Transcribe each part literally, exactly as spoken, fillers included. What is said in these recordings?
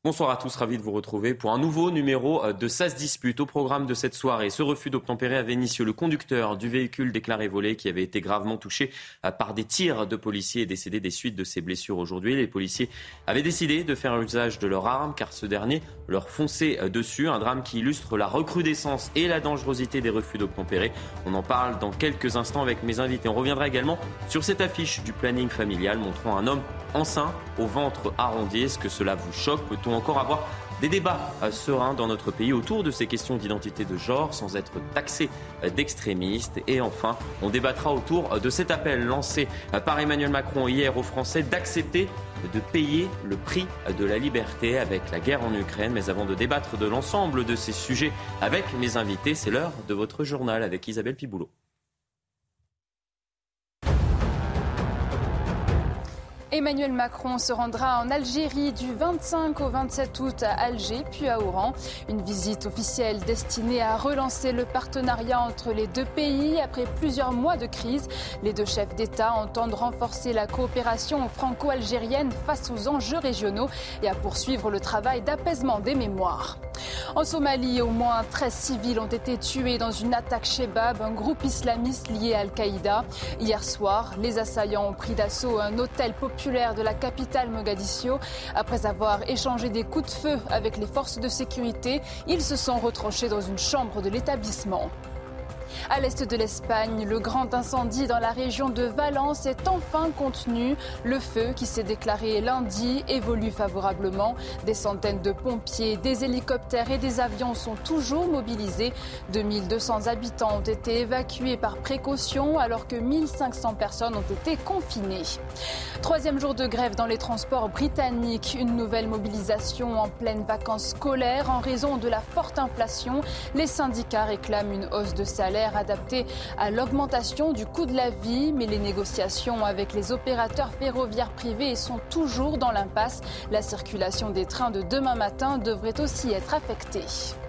Bonsoir à tous, ravi de vous retrouver pour un nouveau numéro de Ça se dispute. Au programme de cette soirée, ce refus d'obtempérer à Vénissieux. Le conducteur du véhicule déclaré volé qui avait été gravement touché par des tirs de policiers est décédé des suites de ses blessures aujourd'hui. Les policiers avaient décidé de faire usage de leur arme car ce dernier leur fonçait dessus. Un drame qui illustre la recrudescence et la dangerosité des refus d'obtempérer. On en parle dans quelques instants avec mes invités. On reviendra également sur cette affiche du planning familial montrant un homme enceint au ventre arrondi. Est-ce que cela vous choque ? Peut-on encore avoir des débats sereins dans notre pays autour de ces questions d'identité de genre sans être taxés d'extrémistes? Et enfin, on débattra autour de cet appel lancé par Emmanuel Macron hier aux Français d'accepter de payer le prix de la liberté avec la guerre en Ukraine. Mais avant de débattre de l'ensemble de ces sujets avec mes invités, c'est l'heure de votre journal avec Isabelle Piboulot. Emmanuel Macron se rendra en Algérie du vingt-cinq au vingt-sept août à Alger, puis à Oran. Une visite officielle destinée à relancer le partenariat entre les deux pays après plusieurs mois de crise. Les deux chefs d'État entendent renforcer la coopération franco-algérienne face aux enjeux régionaux et à poursuivre le travail d'apaisement des mémoires. En Somalie, au moins treize civils ont été tués dans une attaque Shebab, un groupe islamiste lié à Al-Qaïda. Hier soir, les assaillants ont pris d'assaut un hôtel populaire de la capitale Mogadiscio. Après avoir échangé des coups de feu avec les forces de sécurité, ils se sont retranchés dans une chambre de l'établissement. À l'est de l'Espagne, le grand incendie dans la région de Valence est enfin contenu. Le feu, qui s'est déclaré lundi, évolue favorablement. Des centaines de pompiers, des hélicoptères et des avions sont toujours mobilisés. deux mille deux cents habitants ont été évacués par précaution alors que mille cinq cents personnes ont été confinées. Troisième jour de grève dans les transports britanniques. Une nouvelle mobilisation en pleine vacances scolaires en raison de la forte inflation. Les syndicats réclament une hausse de salaire adapté à l'augmentation du coût de la vie, mais les négociations avec les opérateurs ferroviaires privés sont toujours dans l'impasse. La circulation des trains de demain matin devrait aussi être affectée.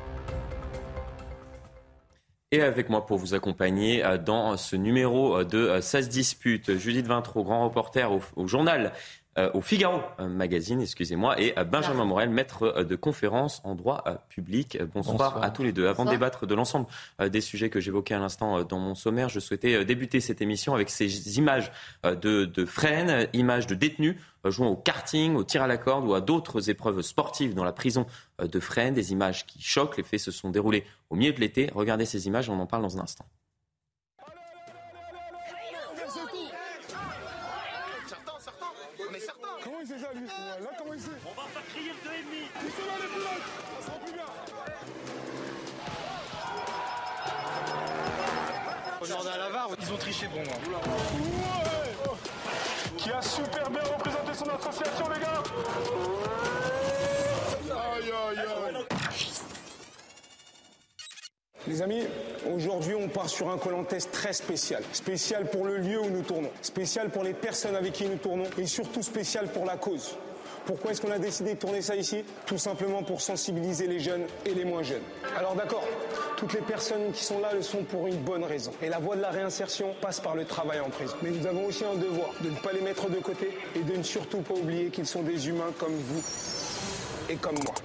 Et avec moi pour vous accompagner dans ce numéro de Ça se dispute, Judith Vintraud, grand reporter au, au journal Euh, au Figaro euh, Magazine, excusez-moi, et euh, Benjamin Morel, maître euh, de conférence en droit euh, public. Euh, bonsoir, bonsoir à tous les deux. Avant bonsoir. de débattre de l'ensemble euh, des sujets que j'évoquais à l'instant euh, dans mon sommaire, je souhaitais euh, débuter cette émission avec ces images euh, de, de Fresnes, images de détenus euh, jouant au karting, au tir à la corde ou à d'autres épreuves sportives dans la prison euh, de Fresnes. Des images qui choquent. Les faits se sont déroulés au milieu de l'été. Regardez ces images, on en parle dans un instant. C'est ça, lui. Là, comment il sait ? On va pas crier le deux et demi. Ils sont là, les pilotes. Ça sera plus bien. Faut demander à la V A R, ils ont triché pour moi. Ouais. Qui a super bien représenté son association, les gars. Aïe, aïe, aïe. Les amis, aujourd'hui on part sur un Koh Lanta très spécial. Spécial pour le lieu où nous tournons, spécial pour les personnes avec qui nous tournons et surtout spécial pour la cause. Pourquoi est-ce qu'on a décidé de tourner ça ici ? Tout simplement pour sensibiliser les jeunes et les moins jeunes. Alors d'accord, toutes les personnes qui sont là le sont pour une bonne raison. Et la voie de la réinsertion passe par le travail en prison. Mais nous avons aussi un devoir de ne pas les mettre de côté et de ne surtout pas oublier qu'ils sont des humains comme vous et comme moi.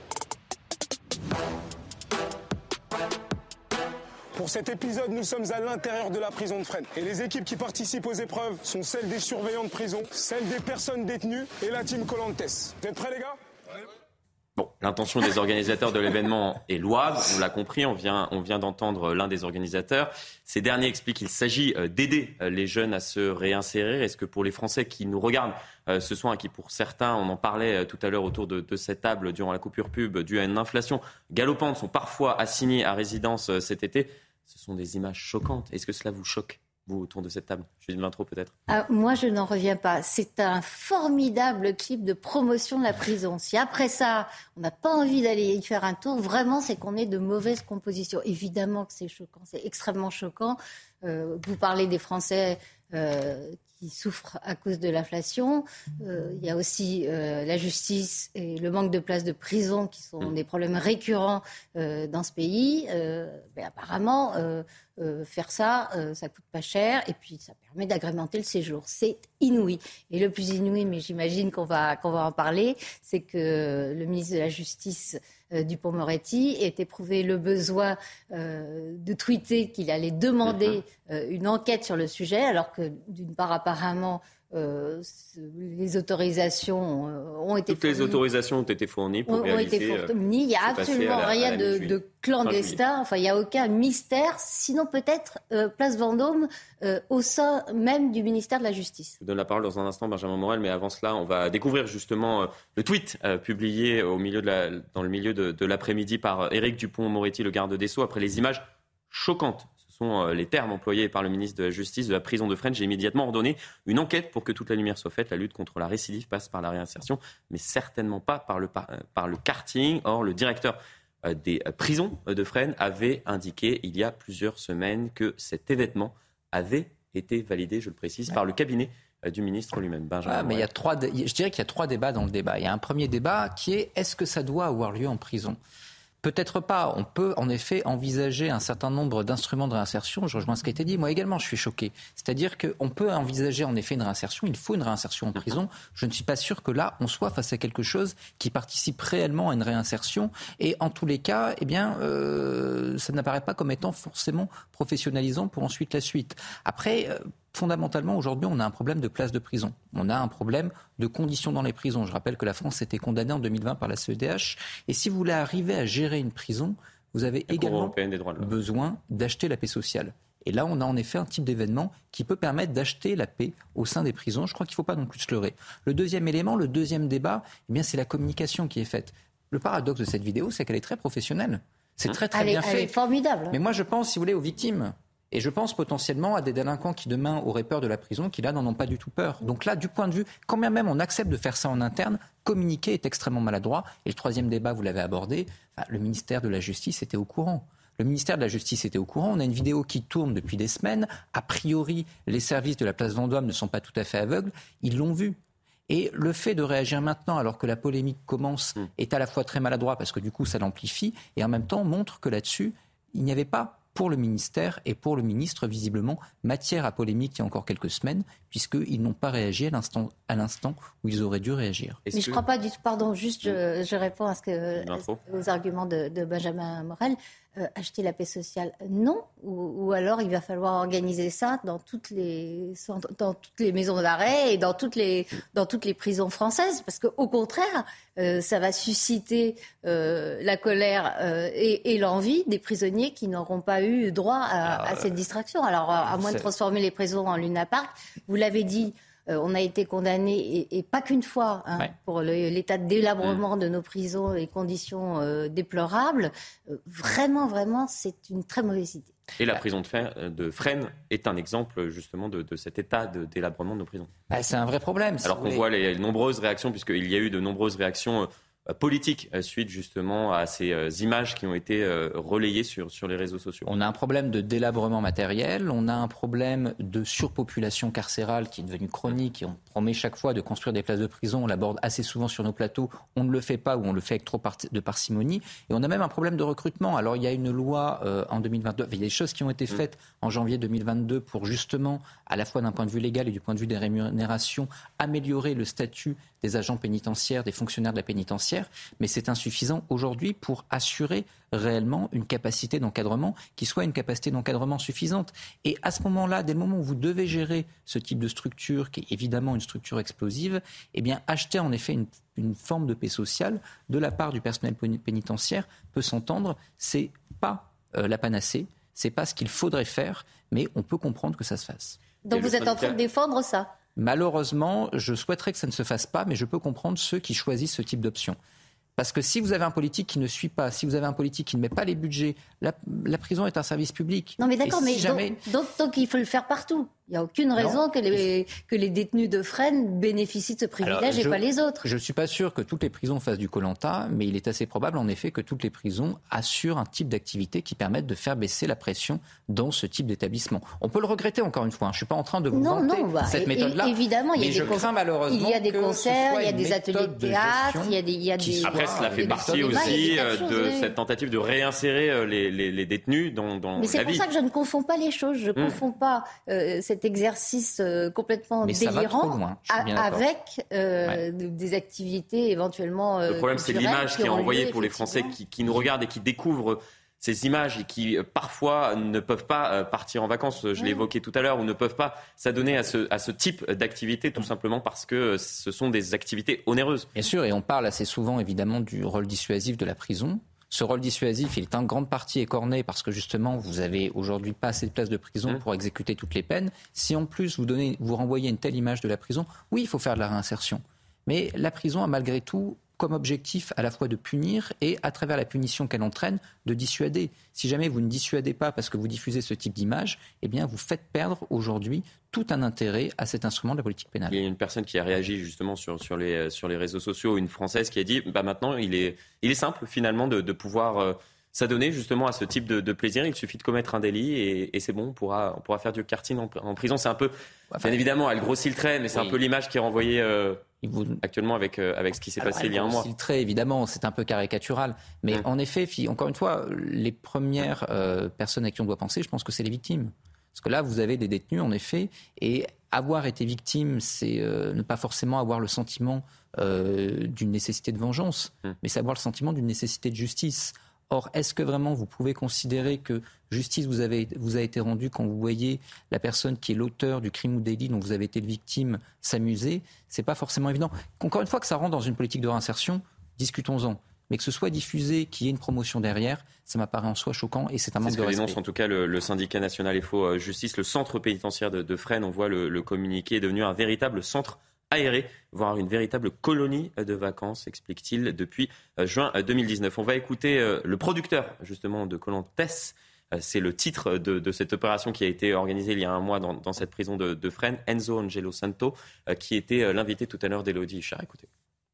Pour cet épisode, nous sommes à l'intérieur de la prison de Fresnes. Et les équipes qui participent aux épreuves sont celles des surveillants de prison, celles des personnes détenues et la team Koh Lanta. Vous êtes prêts, les gars ? Bon, l'intention des organisateurs de l'événement est louable, on l'a compris, on vient, on vient d'entendre l'un des organisateurs. Ces derniers expliquent qu'il s'agit d'aider les jeunes à se réinsérer. Est-ce que pour les Français qui nous regardent ce soir et qui pour certains, on en parlait tout à l'heure autour de, de cette table durant la coupure pub, due à une inflation galopante, sont parfois assignés à résidence cet été, ce sont des images choquantes. Est-ce que cela vous choque ? Vous, autour de cette table, Julie Vintraud peut-être. Ah, moi, je n'en reviens pas. C'est un formidable clip de promotion de la prison. Si après ça, on n'a pas envie d'aller y faire un tour, vraiment, c'est qu'on est de mauvaise composition. Évidemment que c'est choquant, c'est extrêmement choquant. Euh, vous parlez des Français euh, qui souffrent à cause de l'inflation. Euh, il y a aussi euh, la justice et le manque de places de prison qui sont des problèmes récurrents euh, dans ce pays. Euh, mais apparemment... Euh, euh, faire ça, euh, ça coûte pas cher et puis ça permet d'agrémenter le séjour. C'est inouï. Et le plus inouï, mais j'imagine qu'on va, qu'on va en parler, c'est que le ministre de la Justice euh, Dupond-Moretti ait éprouvé le besoin euh, de tweeter qu'il allait demander euh, une enquête sur le sujet, alors que d'une part apparemment Euh, les autorisations euh, ont été Toutes fournies. les autorisations ont été fournies pour ont, réaliser... ont été fournies. Il n'y a absolument la, rien de, de clandestin. Enfin, il n'y a aucun mystère. Sinon, peut-être euh, Place Vendôme euh, au sein même du ministère de la Justice. Je vous donne la parole dans un instant, Benjamin Morel. Mais avant cela, on va découvrir justement euh, le tweet euh, publié au milieu de la, dans le milieu de, de l'après-midi par Éric Dupond-Moretti, le garde des Sceaux, après les images choquantes. Sont les termes employés par le ministre de la Justice de la prison de Fresnes. J'ai immédiatement ordonné une enquête pour que toute la lumière soit faite. La lutte contre la récidive passe par la réinsertion, mais certainement pas par le, par, par le karting. Or, le directeur des prisons de Fresnes avait indiqué il y a plusieurs semaines que cet événement avait été validé, je le précise, ouais. par le cabinet du ministre lui-même. Benjamin ah, mais il y a trois, je dirais qu'il y a trois débats dans le débat. Il y a un premier débat qui est est-ce que ça doit avoir lieu en prison ? Peut-être pas. On peut en effet envisager un certain nombre d'instruments de réinsertion. Je rejoins ce qui a été dit. Moi également, je suis choqué. C'est-à-dire qu'on peut envisager en effet une réinsertion. Il faut une réinsertion en prison. Je ne suis pas sûr que là, on soit face à quelque chose qui participe réellement à une réinsertion. Et en tous les cas, eh bien, euh, ça n'apparaît pas comme étant forcément professionnalisant pour ensuite la suite. Après, euh, fondamentalement, aujourd'hui, on a un problème de place de prison. On a un problème de conditions dans les prisons. Je rappelle que la France était condamnée en deux mille vingt par la C E D H. Et si vous voulez arriver à gérer une prison, vous avez la également besoin d'acheter la paix sociale. Et là, on a en effet un type d'événement qui peut permettre d'acheter la paix au sein des prisons. Je crois qu'il ne faut pas non plus se leurrer. Le deuxième élément, le deuxième débat, eh bien, c'est la communication qui est faite. Le paradoxe de cette vidéo, c'est qu'elle est très professionnelle. C'est très, très elle bien est, fait. Elle est formidable. Mais moi, je pense, si vous voulez, aux victimes. Et je pense potentiellement à des délinquants qui demain auraient peur de la prison, qui là n'en ont pas du tout peur. Donc là, du point de vue, quand bien même on accepte de faire ça en interne, communiquer est extrêmement maladroit. Et le troisième débat, vous l'avez abordé, enfin, le ministère de la Justice était au courant. Le ministère de la Justice était au courant. On a une vidéo qui tourne depuis des semaines. A priori, les services de la place Vendôme ne sont pas tout à fait aveugles. Ils l'ont vu. Et le fait de réagir maintenant, alors que la polémique commence, mmh. est à la fois très maladroit, parce que du coup, ça l'amplifie, et en même temps montre que là-dessus, il n'y avait pas pour le ministère et pour le ministre, visiblement, matière à polémique il y a encore quelques semaines, puisqu'ils n'ont pas réagi à l'instant, à l'instant où ils auraient dû réagir. Est-ce Mais que... je ne crois pas du tout, pardon, juste je, je réponds à ce que, aux arguments de, de Benjamin Morel. Euh, acheter la paix sociale, non, ou, ou alors il va falloir organiser ça dans toutes les, dans toutes les maisons d'arrêt et dans toutes les, dans toutes les prisons françaises, parce qu'au contraire, euh, ça va susciter euh, la colère euh, et, et l'envie des prisonniers qui n'auront pas eu droit à, alors, à cette distraction. Alors, à, à moins de transformer les prisons en lunapark, vous l'avez dit, Euh, on a été condamnés, et, et pas qu'une fois, hein, ouais. pour le, l'état de délabrement mmh. de nos prisons et conditions euh, déplorables. Euh, vraiment, vraiment, c'est une très mauvaise idée. Et la prison de, Fer, de Fresnes est un exemple justement de, de cet état de délabrement de nos prisons. Bah, c'est un vrai problème. Si Alors qu'on voit les, les nombreuses réactions, puisqu'il y a eu de nombreuses réactions euh, politique suite justement à ces euh, images qui ont été euh, relayées sur, sur les réseaux sociaux. On a un problème de délabrement matériel, on a un problème de surpopulation carcérale qui est devenue chronique et on promet chaque fois de construire des places de prison, on l'aborde assez souvent sur nos plateaux, on ne le fait pas ou on le fait avec trop de parcimonie et on a même un problème de recrutement. Alors il y a une loi euh, en deux mille vingt-deux, il y a des choses qui ont été faites mmh. en janvier deux mille vingt-deux pour justement, à la fois d'un point de vue légal et du point de vue des rémunérations, améliorer le statut des agents pénitentiaires, des fonctionnaires de la pénitentiaire, mais c'est insuffisant aujourd'hui pour assurer réellement une capacité d'encadrement qui soit une capacité d'encadrement suffisante. Et à ce moment-là, dès le moment où vous devez gérer ce type de structure, qui est évidemment une structure explosive, eh bien acheter en effet une, une forme de paix sociale de la part du personnel pénitentiaire peut s'entendre, c'est pas euh, la panacée, c'est pas ce qu'il faudrait faire, mais on peut comprendre que ça se fasse. Donc vous êtes en train de défendre ça ? Malheureusement, je souhaiterais que ça ne se fasse pas, mais je peux comprendre ceux qui choisissent ce type d'option. Parce que si vous avez un politique qui ne suit pas, si vous avez un politique qui ne met pas les budgets, la, la prison est un service public. Non mais d'accord, si mais jamais... donc, donc, donc il faut le faire partout. Il n'y a aucune raison que les, que les détenus de Fresnes bénéficient de ce privilège Alors, je, et pas les autres. Je ne suis pas sûr que toutes les prisons fassent du Koh-Lanta, mais il est assez probable en effet que toutes les prisons assurent un type d'activité qui permette de faire baisser la pression dans ce type d'établissement. On peut le regretter encore une fois, hein. Je ne suis pas en train de vous non, vanter non, bah, cette méthode-là. Évidemment, il y a mais des je crains malheureusement il y a des que concerts, il y a des ateliers de théâtre, de il y a des... Il y a des Après, cela fait partie aussi de cette tentative de réinsérer les, les, les détenus dans, dans la vie. Mais c'est pour ça que je ne confonds pas les choses. Je ne hum. confonds pas euh, cet exercice euh, complètement mais délirant loin, avec euh, ouais. des activités éventuellement euh, Le problème, c'est l'image qui est envoyée pour les Français qui, qui nous regardent et qui découvrent ces images et qui parfois ne peuvent pas partir en vacances, je l'ai évoqué tout à l'heure, ou ne peuvent pas s'adonner à ce, à ce type d'activité tout simplement parce que ce sont des activités onéreuses. Bien sûr, et on parle assez souvent évidemment du rôle dissuasif de la prison. Ce rôle dissuasif, il est en grande partie écorné parce que justement, vous avez aujourd'hui pas assez de places de prison mmh. pour exécuter toutes les peines. Si en plus vous donnez, vous renvoyez une telle image de la prison, oui, il faut faire de la réinsertion. Mais la prison a malgré tout comme objectif à la fois de punir et, à travers la punition qu'elle entraîne, de dissuader. Si jamais vous ne dissuadez pas parce que vous diffusez ce type d'image, eh bien vous faites perdre aujourd'hui tout un intérêt à cet instrument de la politique pénale. Il y a une personne qui a réagi justement sur, sur, les, sur les réseaux sociaux, une Française qui a dit bah maintenant il est, il est simple finalement de, de pouvoir euh, s'adonner justement à ce type de, de plaisir. Il suffit de commettre un délit et, et c'est bon, on pourra, on pourra faire du karting en, en prison. C'est un peu, enfin, bien évidemment, elle grossit le trait, mais c'est oui. un peu l'image qui est renvoyée euh, vous... actuellement avec, euh, avec ce qui s'est Alors, passé il y a un mois. Le trait, évidemment, c'est un peu caricatural. Mais mmh. en effet, encore une fois, les premières euh, personnes à qui on doit penser, je pense que c'est les victimes. Parce que là, vous avez des détenus, en effet, et avoir été victime, c'est euh, ne pas forcément avoir le sentiment euh, d'une nécessité de vengeance, mmh. mais c'est avoir le sentiment d'une nécessité de justice. Or, est-ce que vraiment vous pouvez considérer que justice vous, avez, vous a été rendue quand vous voyez la personne qui est l'auteur du crime ou délit dont vous avez été victime s'amuser ? C'est pas forcément évident. Encore une fois que ça rentre dans une politique de réinsertion, discutons-en. Mais que ce soit diffusé, qu'il y ait une promotion derrière, ça m'apparaît en soi choquant et c'est un manque de respect. C'est ce que dénonce en tout cas le, le syndicat national E F O Justice. Le centre pénitentiaire de, de Fresnes, on voit le, le communiqué, est devenu un véritable centre aéré, voire une véritable colonie de vacances, explique-t-il, depuis juin deux mille dix-neuf. On va écouter le producteur justement de Koh-Lanta. C'est le titre de, de cette opération qui a été organisée il y a un mois dans, dans cette prison de, de Fresnes, Enzo Angelo Santo, qui était l'invité tout à l'heure d'Élodie Huchard. Écoutez.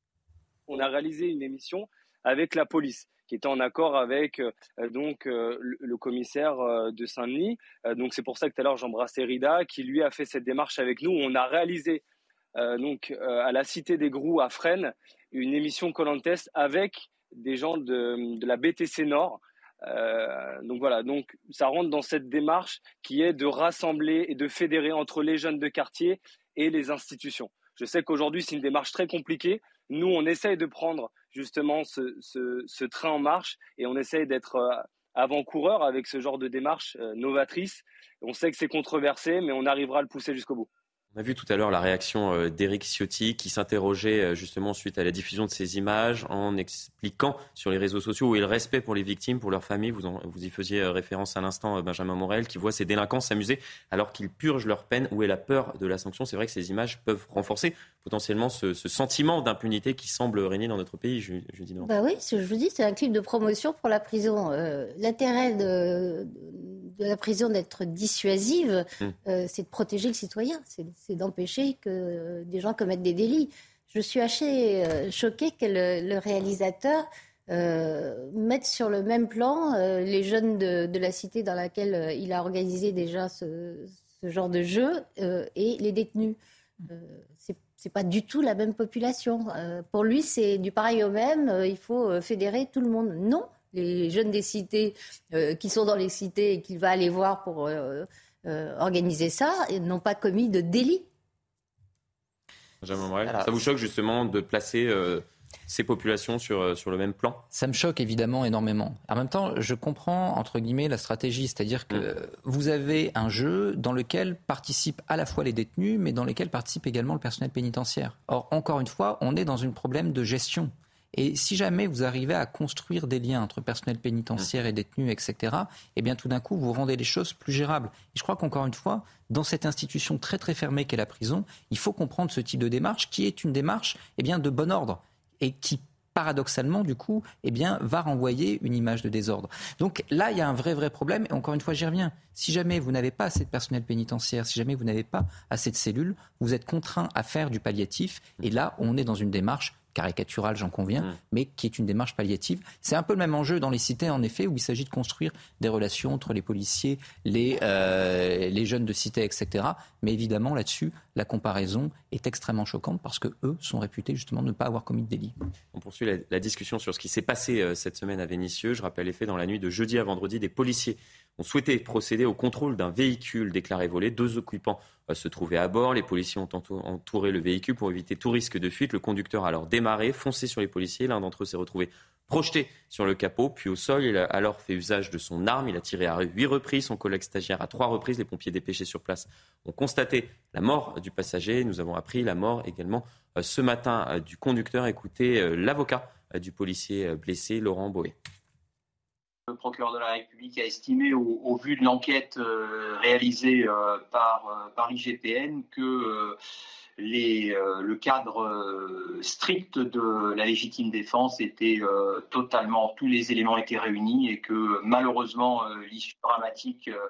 On a réalisé une émission avec la police, qui était en accord avec euh, donc euh, le, le commissaire euh, de Saint-Denis. Euh, donc c'est pour ça que tout à l'heure j'embrassais Rida, qui lui a fait cette démarche avec nous. On a réalisé euh, donc euh, à la Cité des Grous à Fresnes une émission Koh-Lanta avec des gens de, de la B T C Nord. Euh, donc voilà, donc ça rentre dans cette démarche qui est de rassembler et de fédérer entre les jeunes de quartier et les institutions. Je sais qu'aujourd'hui c'est une démarche très compliquée. Nous, on essaye de prendre justement ce, ce, ce train en marche et on essaye d'être avant-coureur avec ce genre de démarche euh, novatrice. On sait que c'est controversé, mais on arrivera à le pousser jusqu'au bout. On a vu tout à l'heure la réaction d'Éric Ciotti qui s'interrogeait justement suite à la diffusion de ces images en expliquant sur les réseaux sociaux où est le respect pour les victimes, pour leurs familles. Vous, en, vous y faisiez référence à l'instant, Benjamin Morel, qui voit ces délinquants s'amuser alors qu'ils purgent leur peine. Où est la peur de la sanction ? C'est vrai que ces images peuvent renforcer potentiellement ce, ce sentiment d'impunité qui semble régner dans notre pays. Je, je dis non. Bah oui, je vous dis, c'est un clip de promotion pour la prison. Euh, l'intérêt de, de la prison d'être dissuasive, mmh. euh, c'est de protéger le citoyen. C'est, c'est d'empêcher que des gens commettent des délits. Je suis assez euh, choquée que le, le réalisateur euh, mette sur le même plan euh, les jeunes de, de la cité dans laquelle euh, il a organisé déjà ce, ce genre de jeu euh, et les détenus. Euh, c'est, c'est pas du tout la même population. Euh, pour lui, c'est du pareil au même. Euh, il faut euh, fédérer tout le monde. Non, les jeunes des cités euh, qui sont dans les cités et qu'il va aller voir pour euh, Euh, organiser ça et n'ont pas commis de délit. Benjamin Morel, ça vous choque justement de placer euh, ces populations sur, sur le même plan ? Ça me choque évidemment énormément. En même temps, je comprends entre guillemets la stratégie, c'est-à-dire que mmh. vous avez un jeu dans lequel participent à la fois les détenus, mais dans lequel participe également le personnel pénitentiaire. Or, encore une fois, on est dans un problème de gestion. Et si jamais vous arrivez à construire des liens entre personnel pénitentiaire et détenus, et cetera, eh bien tout d'un coup, vous rendez les choses plus gérables. Et je crois qu'encore une fois, dans cette institution très très fermée qu'est la prison, il faut comprendre ce type de démarche qui est une démarche eh bien, de bon ordre et qui paradoxalement, du coup, eh bien, va renvoyer une image de désordre. Donc là, il y a un vrai, vrai problème. Et encore une fois, j'y reviens. Si jamais vous n'avez pas assez de personnel pénitentiaire, si jamais vous n'avez pas assez de cellules, vous êtes contraint à faire du palliatif. Et là, on est dans une démarche caricaturale, j'en conviens, mmh. mais qui est une démarche palliative. C'est un peu le même enjeu dans les cités, en effet, où il s'agit de construire des relations entre les policiers, les, euh, les jeunes de cité, et cetera. Mais évidemment, là-dessus, la comparaison est extrêmement choquante parce qu'eux sont réputés justement de ne pas avoir commis de délit. On poursuit la, la discussion sur ce qui s'est passé euh, cette semaine à Vénissieux. Je rappelle les faits, dans la nuit de jeudi à vendredi, des policiers ont souhaité procéder au contrôle d'un véhicule déclaré volé. Deux occupants euh, se trouvaient à bord. Les policiers ont entouré le véhicule pour éviter tout risque de fuite. Le conducteur a alors démarré, foncé sur les policiers. L'un d'entre eux s'est retrouvé projeté sur le capot, puis au sol. Il a alors fait usage de son arme. Il a tiré à huit reprises. Son collègue stagiaire à trois reprises. Les pompiers dépêchés sur place ont constaté la mort du passager. Nous avons appris la mort également euh, ce matin euh, du conducteur. Écoutez euh, l'avocat euh, du policier euh, blessé, Laurent Boé. Le procureur de la République a estimé, au, au vu de l'enquête euh, réalisée euh, par, euh, par I G P N, que euh, les, euh, le cadre euh, strict de la légitime défense était euh, totalement, tous les éléments étaient réunis et que malheureusement euh, l'issue dramatique euh,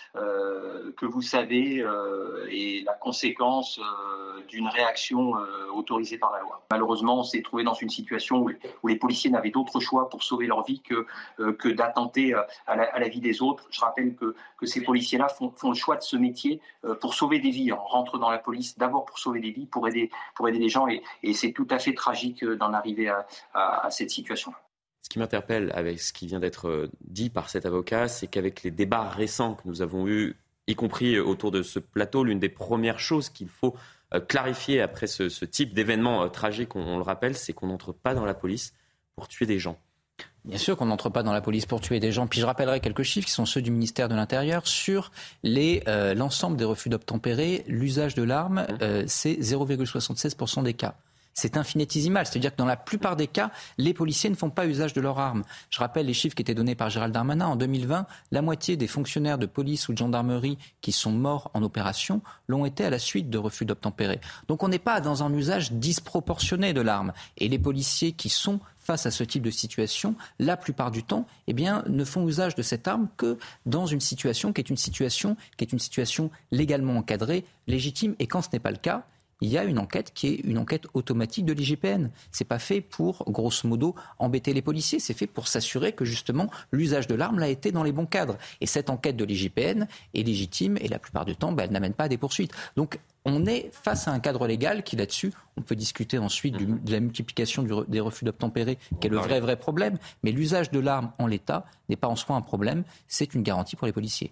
Euh, que vous savez euh, est la conséquence euh, d'une réaction euh, autorisée par la loi. Malheureusement, on s'est trouvé dans une situation où, où les policiers n'avaient d'autre choix pour sauver leur vie que, euh, que d'attenter à la, à la vie des autres. Je rappelle que, que ces policiers-là font, font le choix de ce métier euh, pour sauver des vies. On rentre dans la police d'abord pour sauver des vies, pour aider, pour aider les gens et, et c'est tout à fait tragique d'en arriver à, à, à cette situation-là. Ce qui m'interpelle avec ce qui vient d'être dit par cet avocat, c'est qu'avec les débats récents que nous avons eus, y compris autour de ce plateau, l'une des premières choses qu'il faut clarifier après ce, ce type d'événement tragique, on, on le rappelle, c'est qu'on n'entre pas dans la police pour tuer des gens. Bien sûr qu'on n'entre pas dans la police pour tuer des gens. Puis je rappellerai quelques chiffres qui sont ceux du ministère de l'Intérieur sur les, euh, l'ensemble des refus d'obtempérer. L'usage de l'arme, euh, c'est zéro virgule soixante-seize pour cent des cas. C'est infinitésimal, c'est-à-dire que dans la plupart des cas, les policiers ne font pas usage de leurs armes. Je rappelle les chiffres qui étaient donnés par Gérald Darmanin. En deux mille vingt, la moitié des fonctionnaires de police ou de gendarmerie qui sont morts en opération l'ont été à la suite de refus d'obtempérer. Donc on n'est pas dans un usage disproportionné de l'arme. Et les policiers qui sont face à ce type de situation, la plupart du temps, eh bien, ne font usage de cette arme que dans une situation qui est une situation, qui est une situation légalement encadrée, légitime. Et quand ce n'est pas le cas, il y a une enquête qui est une enquête automatique de l'I G P N. C'est pas fait pour, grosso modo, embêter les policiers. C'est fait pour s'assurer que, justement, l'usage de l'arme l'a été dans les bons cadres. Et cette enquête de l'I G P N est légitime et la plupart du temps, bah, elle n'amène pas à des poursuites. Donc, on est face à un cadre légal qui, là-dessus, on peut discuter ensuite du, de la multiplication du, des refus d'obtempérer, qui est le vrai, vrai problème. Mais l'usage de l'arme en l'état n'est pas en soi un problème. C'est une garantie pour les policiers.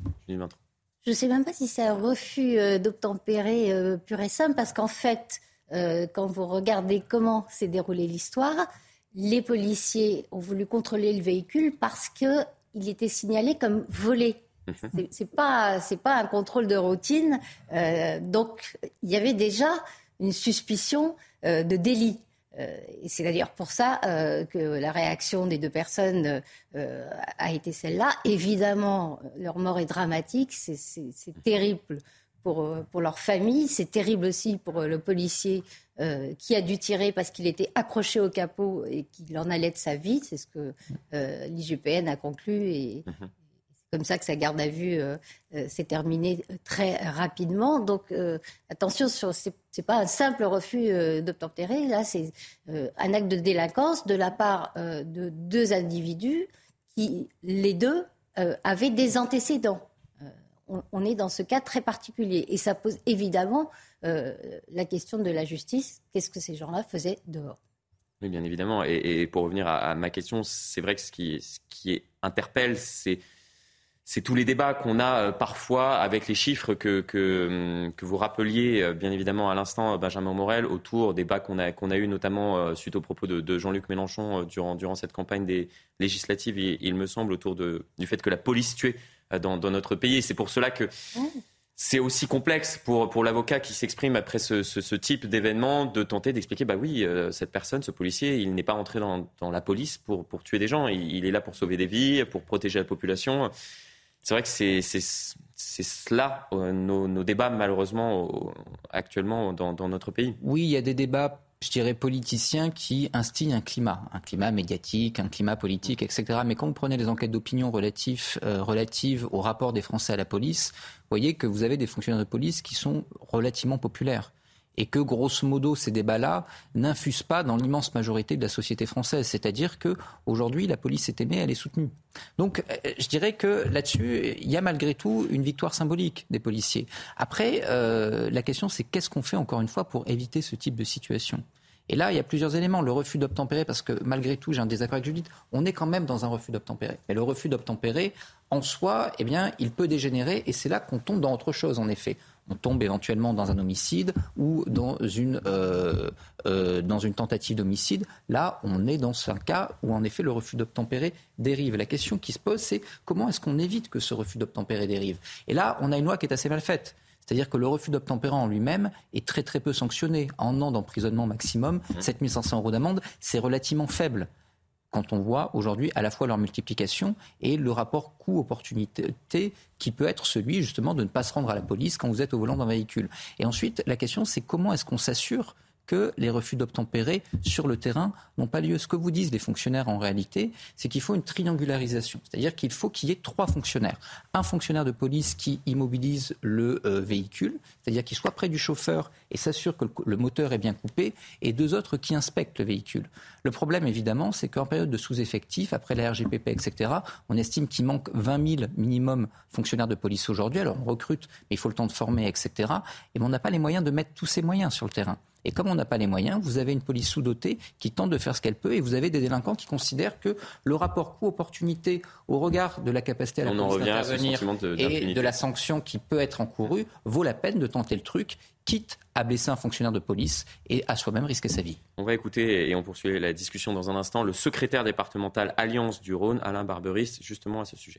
Je ne sais même pas si c'est un refus euh, d'obtempérer euh, pur et simple, parce qu'en fait, euh, quand vous regardez comment s'est déroulée l'histoire, les policiers ont voulu contrôler le véhicule parce qu'il était signalé comme volé. C'est, c'est pas, c'est pas un contrôle de routine. Euh, donc, il y avait déjà une suspicion euh, de délit. Euh, et c'est d'ailleurs pour ça euh, que la réaction des deux personnes euh, a été celle-là. Évidemment, leur mort est dramatique, c'est, c'est, c'est terrible pour, pour leur famille, c'est terrible aussi pour le policier euh, qui a dû tirer parce qu'il était accroché au capot et qu'il en allait de sa vie. C'est ce que euh, l'I G P N a conclu et c'est comme ça que sa garde à vue euh, euh, s'est terminée très rapidement. Donc euh, attention, sur, c'est, c'est pas un simple refus euh, d'obtempérer. Là, c'est euh, un acte de délinquance de la part euh, de deux individus qui, les deux, euh, avaient des antécédents. Euh, on, on est dans ce cas très particulier. Et ça pose évidemment euh, la question de la justice. Qu'est-ce que ces gens-là faisaient dehors ? Oui, bien évidemment. Et, et pour revenir à, à ma question, c'est vrai que ce qui, ce qui interpelle, c'est C'est tous les débats qu'on a euh, parfois avec les chiffres que, que, que vous rappeliez, euh, bien évidemment, à l'instant, Benjamin Morel, autour des débats qu'on a, qu'on a eu notamment euh, suite aux propos de, de Jean-Luc Mélenchon euh, durant, durant cette campagne des législatives, il, il me semble, autour de, du fait que la police tuait euh, dans, dans notre pays. Et c'est pour cela que c'est aussi complexe pour, pour l'avocat qui s'exprime après ce, ce, ce type d'événement de tenter d'expliquer, bah oui, euh, cette personne, ce policier, il n'est pas entré dans, dans la police pour, pour tuer des gens. Il, il est là pour sauver des vies, pour protéger la population. C'est vrai que c'est, c'est, c'est cela, euh, nos, nos débats, malheureusement, euh, actuellement, dans, dans notre pays. Oui, il y a des débats je dirais, politiciens qui instillent un climat, un climat médiatique, un climat politique, et cetera. Mais quand vous prenez les enquêtes d'opinion relatives, euh, relatives au rapport des Français à la police, vous voyez que vous avez des fonctionnaires de police qui sont relativement populaires. Et que, grosso modo, ces débats-là n'infusent pas dans l'immense majorité de la société française. C'est-à-dire qu'aujourd'hui, la police est aimée, elle est soutenue. Donc, je dirais que là-dessus, il y a malgré tout une victoire symbolique des policiers. Après, euh, la question, c'est qu'est-ce qu'on fait, encore une fois, pour éviter ce type de situation ? Et là, il y a plusieurs éléments. Le refus d'obtempérer, parce que malgré tout, j'ai un désaccord avec Judith, on est quand même dans un refus d'obtempérer. Mais le refus d'obtempérer, en soi, eh bien, il peut dégénérer, et c'est là qu'on tombe dans autre chose, en effet. On tombe éventuellement dans un homicide ou dans une, euh, euh, dans une tentative d'homicide. Là, on est dans un cas où, en effet, le refus d'obtempérer dérive. La question qui se pose, c'est comment est-ce qu'on évite que ce refus d'obtempérer dérive ? Et là, on a une loi qui est assez mal faite. C'est-à-dire que le refus d'obtempérer en lui-même est très très peu sanctionné. Un an d'emprisonnement maximum, sept mille cinq cents euros d'amende, c'est relativement faible. Quand on voit aujourd'hui à la fois leur multiplication et le rapport coût-opportunité qui peut être celui justement de ne pas se rendre à la police quand vous êtes au volant d'un véhicule. Et ensuite, la question c'est comment est-ce qu'on s'assure que les refus d'obtempérer sur le terrain n'ont pas lieu. Ce que vous disent les fonctionnaires en réalité, c'est qu'il faut une triangularisation. C'est-à-dire qu'il faut qu'il y ait trois fonctionnaires. Un fonctionnaire de police qui immobilise le euh, véhicule, c'est-à-dire qu'il soit près du chauffeur et s'assure que le, le moteur est bien coupé, et deux autres qui inspectent le véhicule. Le problème, évidemment, c'est qu'en période de sous-effectif, après la R G P P, et cetera, on estime qu'il manque vingt mille minimum fonctionnaires de police aujourd'hui. Alors on recrute, mais il faut le temps de former, et cetera. Et ben, on n'a pas les moyens de mettre tous ces moyens sur le terrain. Et comme on n'a pas les moyens, vous avez une police sous-dotée qui tente de faire ce qu'elle peut, et vous avez des délinquants qui considèrent que le rapport coût-opportunité au regard de la capacité à la police d'intervenir de, et de la sanction qui peut être encourue vaut la peine de tenter le truc, quitte à blesser un fonctionnaire de police et à soi-même risquer sa vie. On va écouter, et on poursuit la discussion dans un instant, le secrétaire départemental Alliance du Rhône, Alain Barberis, justement à ce sujet.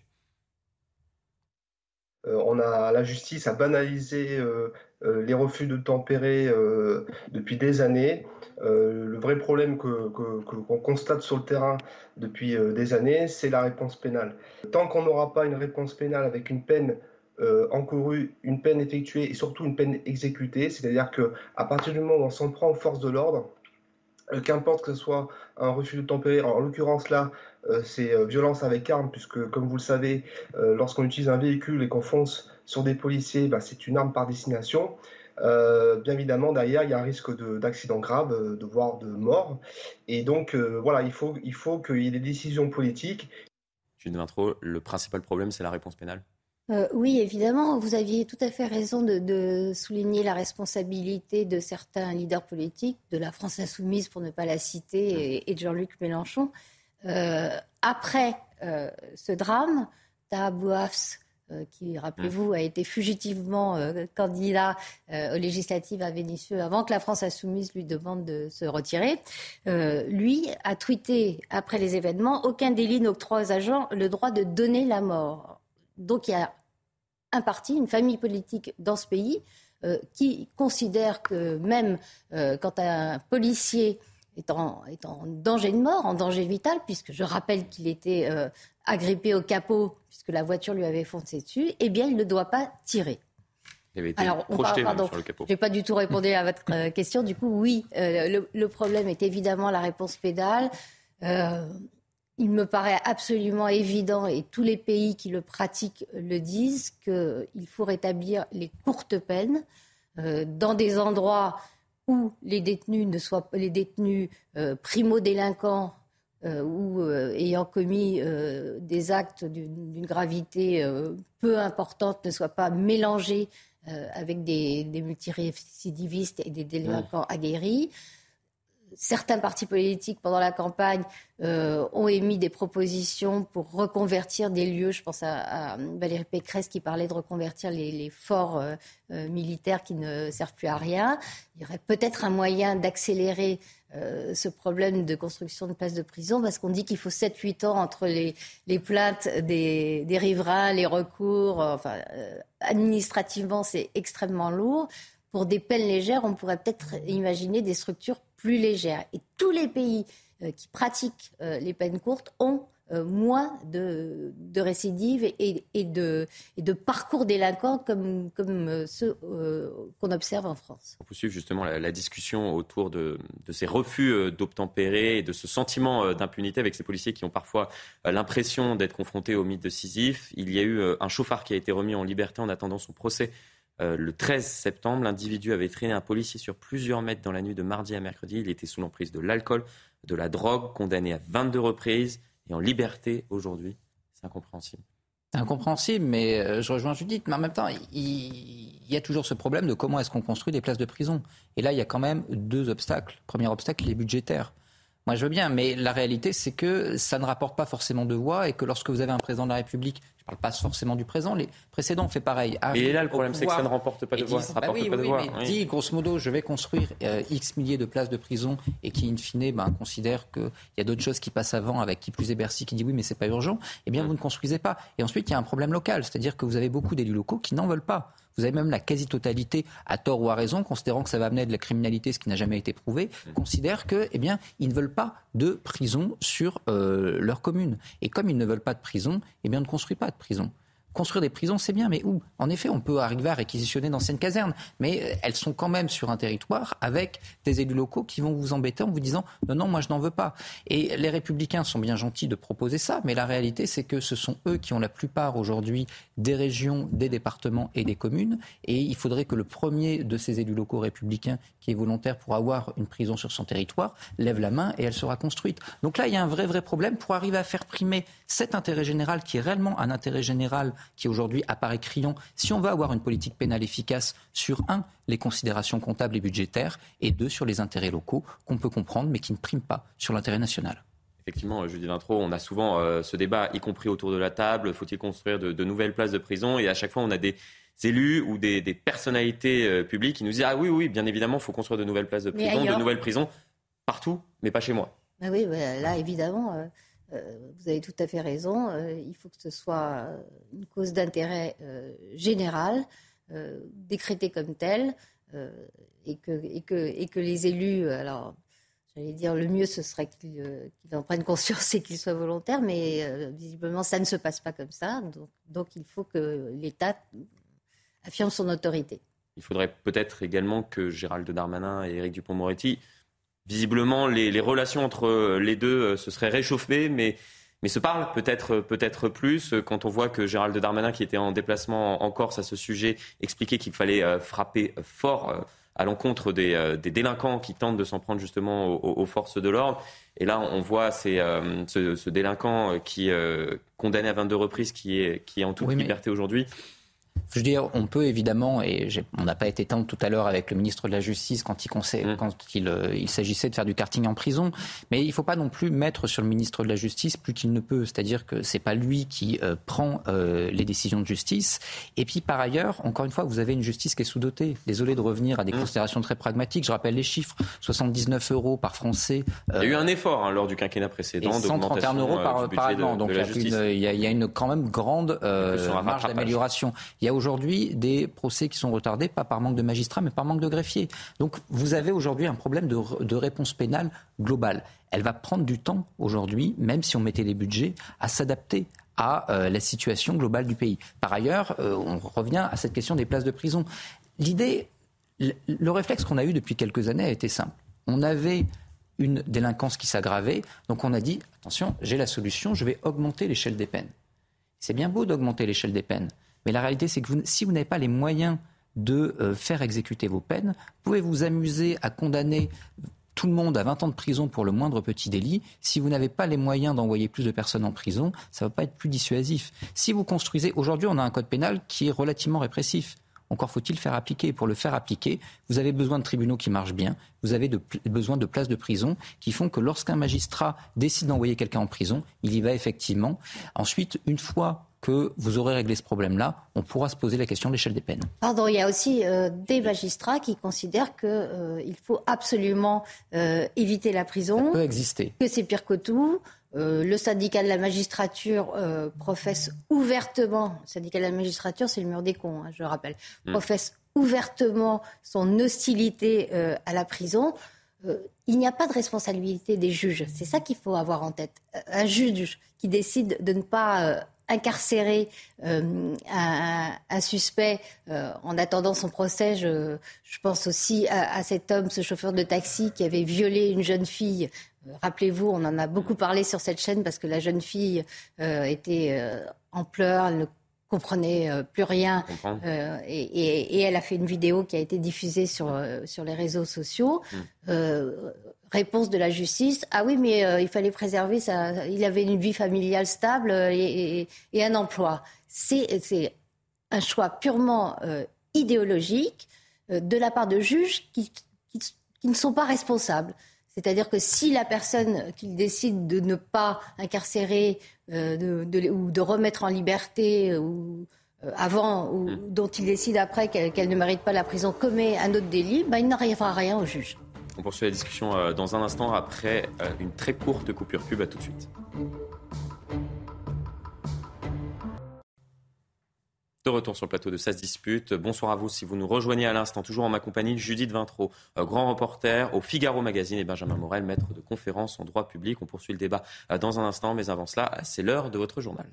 Euh, on a, la justice a banalisé euh, euh, les refus de tempérer euh, depuis des années. Euh, le vrai problème que, que, que, qu'on constate sur le terrain depuis euh, des années, c'est la réponse pénale. Tant qu'on n'aura pas une réponse pénale avec une peine euh, encourue, une peine effectuée et surtout une peine exécutée, c'est-à-dire qu'à partir du moment où on s'en prend aux forces de l'ordre, euh, qu'importe que ce soit un refus de tempérer, en l'occurrence là, Euh, c'est euh, violence avec arme, puisque comme vous le savez, euh, lorsqu'on utilise un véhicule et qu'on fonce sur des policiers, bah, c'est une arme par destination. Euh, bien évidemment, derrière, il y a un risque de, d'accident grave, euh, de voire de mort. Et donc, euh, voilà, il faut, il faut qu'il y ait des décisions politiques. Jules Vintraud, le principal problème, c'est la réponse pénale ? Euh, oui, évidemment, vous aviez tout à fait raison de, de souligner la responsabilité de certains leaders politiques, de la France Insoumise, pour ne pas la citer, et, et de Jean-Luc Mélenchon. Euh, après euh, ce drame, Taha Bouafs, euh, qui, rappelez-vous, a été fugitivement euh, candidat euh, aux législatives à Vénissieux avant que la France Insoumise lui demande de se retirer, euh, lui a tweeté après les événements « Aucun délit n'octroie aux agents le droit de donner la mort ». Donc il y a un parti, une famille politique dans ce pays euh, qui considère que même euh, quand un policier est en, est en danger de mort, en danger vital, puisque je rappelle qu'il était euh, agrippé au capot, puisque la voiture lui avait foncé dessus, eh bien, il ne doit pas tirer. Il avait été Alors, projeté parle, pardon, sur le capot. Je n'ai pas du tout répondu à votre euh, question. Du coup, oui, euh, le, le problème est évidemment la réponse pénale. Euh, il me paraît absolument évident, et tous les pays qui le pratiquent le disent, qu'il faut rétablir les courtes peines euh, dans des endroits où les détenus ne soient les détenus euh, primo-délinquants euh, ou euh, ayant commis euh, des actes d'une, d'une gravité euh, peu importante ne soient pas mélangés euh, avec des, des multirécidivistes et des délinquants mmh. aguerris. Certains partis politiques, pendant la campagne, euh, ont émis des propositions pour reconvertir des lieux. Je pense à, à Valérie Pécresse qui parlait de reconvertir les, les forts euh, euh, militaires qui ne servent plus à rien. Il y aurait peut-être un moyen d'accélérer euh, ce problème de construction de places de prison, parce qu'on dit qu'il faut sept huit ans entre les, les plaintes des, des riverains, les recours. Euh, enfin, euh, administrativement, c'est extrêmement lourd. Pour des peines légères, on pourrait peut-être imaginer des structures plus légères. Et tous les pays euh, qui pratiquent euh, les peines courtes ont euh, moins de, de récidives et, et, de, et de parcours délinquants comme, comme ceux euh, qu'on observe en France. On peut suivre justement la, la discussion autour de, de ces refus d'obtempérer et de ce sentiment d'impunité avec ces policiers qui ont parfois l'impression d'être confrontés au mythe de Sisyphe. Il y a eu un chauffard qui a été remis en liberté en attendant son procès euh, le treize septembre. L'individu avait traîné un policier sur plusieurs mètres dans la nuit de mardi à mercredi. Il était sous l'emprise de l'alcool, de la drogue, condamné à vingt-deux reprises et en liberté aujourd'hui. C'est incompréhensible. C'est incompréhensible, mais euh, je rejoins Judith. Mais en même temps, il, il y a toujours ce problème de comment est-ce qu'on construit des places de prison. Et là, il y a quand même deux obstacles. Le premier obstacle, il est budgétaire. Moi, je veux bien, mais la réalité, c'est que ça ne rapporte pas forcément de voix et que lorsque vous avez un président de la République, je ne parle pas forcément du présent, les précédents ont fait pareil. Et là, le problème, c'est que ça ne remporte pas de voix. Ça bah rapporte oui, pas de oui, voix. Mais oui. dit, grosso modo, je vais construire euh, X milliers de places de prison et qui, in fine, ben, considère qu'il y a d'autres choses qui passent avant, avec qui plus est Bercy qui dit oui, mais c'est pas urgent, eh bien, vous ne construisez pas. Et ensuite, il y a un problème local, c'est-à-dire que vous avez beaucoup d'élus locaux qui n'en veulent pas. Vous avez même la quasi-totalité, à tort ou à raison, considérant que ça va amener de la criminalité, ce qui n'a jamais été prouvé, considèrent que, eh bien, ils ne veulent pas de prison sur euh, leur commune. Et comme ils ne veulent pas de prison, eh bien, on ne construit pas de prison. Construire des prisons, c'est bien, mais où ? En effet, on peut arriver à réquisitionner d'anciennes casernes, mais elles sont quand même sur un territoire avec des élus locaux qui vont vous embêter en vous disant « non, non, moi je n'en veux pas ». Et les Républicains sont bien gentils de proposer ça, mais la réalité, c'est que ce sont eux qui ont la plupart aujourd'hui des régions, des départements et des communes, et il faudrait que le premier de ces élus locaux républicains qui est volontaire pour avoir une prison sur son territoire lève la main et elle sera construite. Donc là, il y a un vrai, vrai problème pour arriver à faire primer cet intérêt général qui est réellement un intérêt général qui aujourd'hui apparaît criant. Si on veut avoir une politique pénale efficace sur, un, les considérations comptables et budgétaires, et deux, sur les intérêts locaux qu'on peut comprendre mais qui ne priment pas sur l'intérêt national. Effectivement, Judith Vintraud, on a souvent euh, ce débat, y compris autour de la table, faut-il construire de, de nouvelles places de prison ? Et à chaque fois, on a des élus ou des, des personnalités euh, publiques qui nous disent « Ah oui, oui, bien évidemment, il faut construire de nouvelles places de prison, de nouvelles prisons, partout, mais pas chez moi. » Ben oui, ben là, évidemment... Euh... Euh, vous avez tout à fait raison. Euh, il faut que ce soit une cause d'intérêt euh, général, euh, décrétée comme telle, euh, et, que, et, que, et que les élus, alors j'allais dire le mieux ce serait qu'ils, euh, qu'ils en prennent conscience et qu'ils soient volontaires, mais euh, visiblement ça ne se passe pas comme ça. Donc, donc il faut que l'État affirme son autorité. Il faudrait peut-être également que Gérald Darmanin et Éric Dupond-Moretti... Visiblement, les, les relations entre les deux se seraient réchauffées, mais, mais se parlent peut-être, peut-être plus. Quand on voit que Gérald Darmanin, qui était en déplacement en Corse à ce sujet, expliquait qu'il fallait frapper fort à l'encontre des, des délinquants qui tentent de s'en prendre justement aux, aux forces de l'ordre. Et là, on voit ces, ce, ce délinquant qui est condamné à vingt-deux reprises, qui est, qui est en toute oui, mais... liberté aujourd'hui. Je veux dire, on peut évidemment, et on n'a pas été tendre tout à l'heure avec le ministre de la Justice quand il, conseille, mmh. quand il, euh, il s'agissait de faire du karting en prison, mais il ne faut pas non plus mettre sur le ministre de la Justice plus qu'il ne peut. C'est-à-dire que ce n'est pas lui qui euh, prend euh, les décisions de justice. Et puis par ailleurs, encore une fois, vous avez une justice qui est sous-dotée. Désolé de revenir à des mmh. considérations très pragmatiques. Je rappelle les chiffres, soixante-dix-neuf euros par Français. Euh, il y a eu un effort hein, lors du quinquennat précédent et cent trente et un euros par, euh, par an. Donc il y, y, y a une quand même grande euh, marge d'amélioration. Il y a aujourd'hui des procès qui sont retardés, pas par manque de magistrats, mais par manque de greffiers. Donc vous avez aujourd'hui un problème de, de réponse pénale globale. Elle va prendre du temps aujourd'hui, même si on mettait les budgets, à s'adapter à euh, la situation globale du pays. Par ailleurs, euh, on revient à cette question des places de prison. L'idée, le, le réflexe qu'on a eu depuis quelques années a été simple. On avait une délinquance qui s'aggravait, donc on a dit, attention, j'ai la solution, je vais augmenter l'échelle des peines. C'est bien beau d'augmenter l'échelle des peines, mais la réalité, c'est que vous, si vous n'avez pas les moyens de euh, faire exécuter vos peines, vous pouvez vous amuser à condamner tout le monde à vingt ans de prison pour le moindre petit délit. Si vous n'avez pas les moyens d'envoyer plus de personnes en prison, ça ne va pas être plus dissuasif. Si vous construisez... Aujourd'hui, on a un code pénal qui est relativement répressif. Encore faut-il faire appliquer. Pour le faire appliquer, vous avez besoin de tribunaux qui marchent bien, vous avez de, besoin de places de prison qui font que lorsqu'un magistrat décide d'envoyer quelqu'un en prison, il y va effectivement. Ensuite, une fois que vous aurez réglé ce problème-là, on pourra se poser la question de l'échelle des peines. Pardon, il y a aussi euh, des magistrats qui considèrent qu'il euh, faut absolument euh, éviter la prison. Ça peut exister. Que c'est pire que tout. Euh, le syndicat de la magistrature euh, professe ouvertement, le syndicat de la magistrature, c'est le mur des cons, hein, je le rappelle, mmh. professe ouvertement son hostilité euh, à la prison. euh, il n'y a pas de responsabilité des juges. C'est ça qu'il faut avoir en tête. Un juge qui décide de ne pas euh, incarcérer euh, un, un suspect euh, en attendant son procès, je, je pense aussi à, à cet homme, ce chauffeur de taxi qui avait violé une jeune fille. Rappelez-vous, on en a beaucoup parlé sur cette chaîne parce que la jeune fille euh, était euh, en pleurs, elle ne comprenait euh, plus rien euh, et, et, et elle a fait une vidéo qui a été diffusée sur, euh, sur les réseaux sociaux. Mmh. Euh, réponse de la justice, ah oui mais euh, il fallait préserver sa... il avait une vie familiale stable et, et, et un emploi. C'est, c'est un choix purement euh, idéologique euh, de la part de juges qui, qui, qui ne sont pas responsables. C'est-à-dire que si la personne qui décide de ne pas incarcérer euh, de, de, ou de remettre en liberté ou, euh, avant ou mmh. dont il décide après qu'elle, qu'elle ne mérite pas la prison commet un autre délit, ben, il n'arrivera à rien au juge. On poursuit la discussion euh, dans un instant après euh, une très courte coupure pub. À tout de suite. De retour sur le plateau de Ça se dispute. Bonsoir à vous si vous nous rejoignez à l'instant, toujours en ma compagnie, Judith Vintraud, grand reporter au Figaro Magazine, et Benjamin Morel, maître de conférences en droit public. On poursuit le débat dans un instant, mais avant cela, c'est l'heure de votre journal.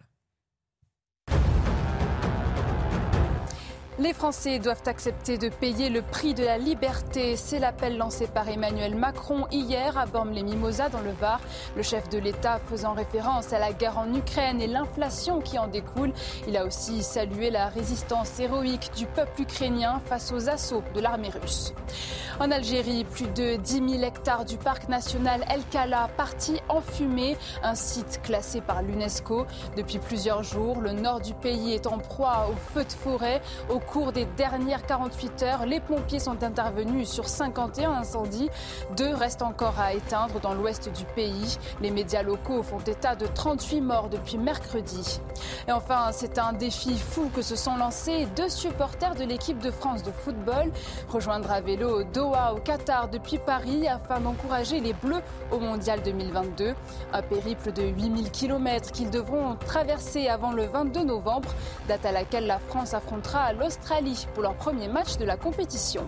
Les Français doivent accepter de payer le prix de la liberté. C'est l'appel lancé par Emmanuel Macron hier à Bormes-les-Mimosas dans le Var. Le chef de l'État faisant référence à la guerre en Ukraine et l'inflation qui en découle. Il a aussi salué la résistance héroïque du peuple ukrainien face aux assauts de l'armée russe. En Algérie, plus de dix mille hectares du parc national El Kala partis en fumée, un site classé par l'UNESCO. Depuis plusieurs jours, le nord du pays est en proie aux feux de forêt. Au Au cours des dernières quarante-huit heures, les pompiers sont intervenus sur cinquante et un incendies. Deux restent encore à éteindre dans l'ouest du pays. Les médias locaux font état de trente-huit morts depuis mercredi. Et enfin, c'est un défi fou que se sont lancés deux supporters de l'équipe de France de football. Rejoindre à vélo Doha au Qatar depuis Paris afin d'encourager les Bleus au Mondial deux mille vingt-deux. Un périple de huit mille kilomètres qu'ils devront traverser avant le vingt-deux novembre, date à laquelle la France affrontera l'Australie pour leur premier match de la compétition.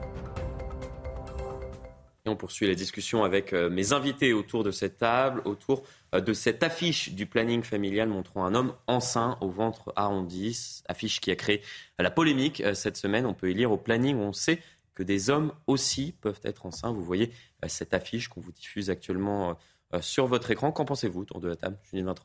Et on poursuit la discussion avec mes invités autour de cette table, autour de cette affiche du planning familial montrant un homme enceint au ventre arrondi, affiche qui a créé la polémique cette semaine. On peut y lire au planning où on sait que des hommes aussi peuvent être enceints. Vous voyez cette affiche qu'on vous diffuse actuellement sur votre écran. Qu'en pensez-vous autour de la table, Judith Vintraud ?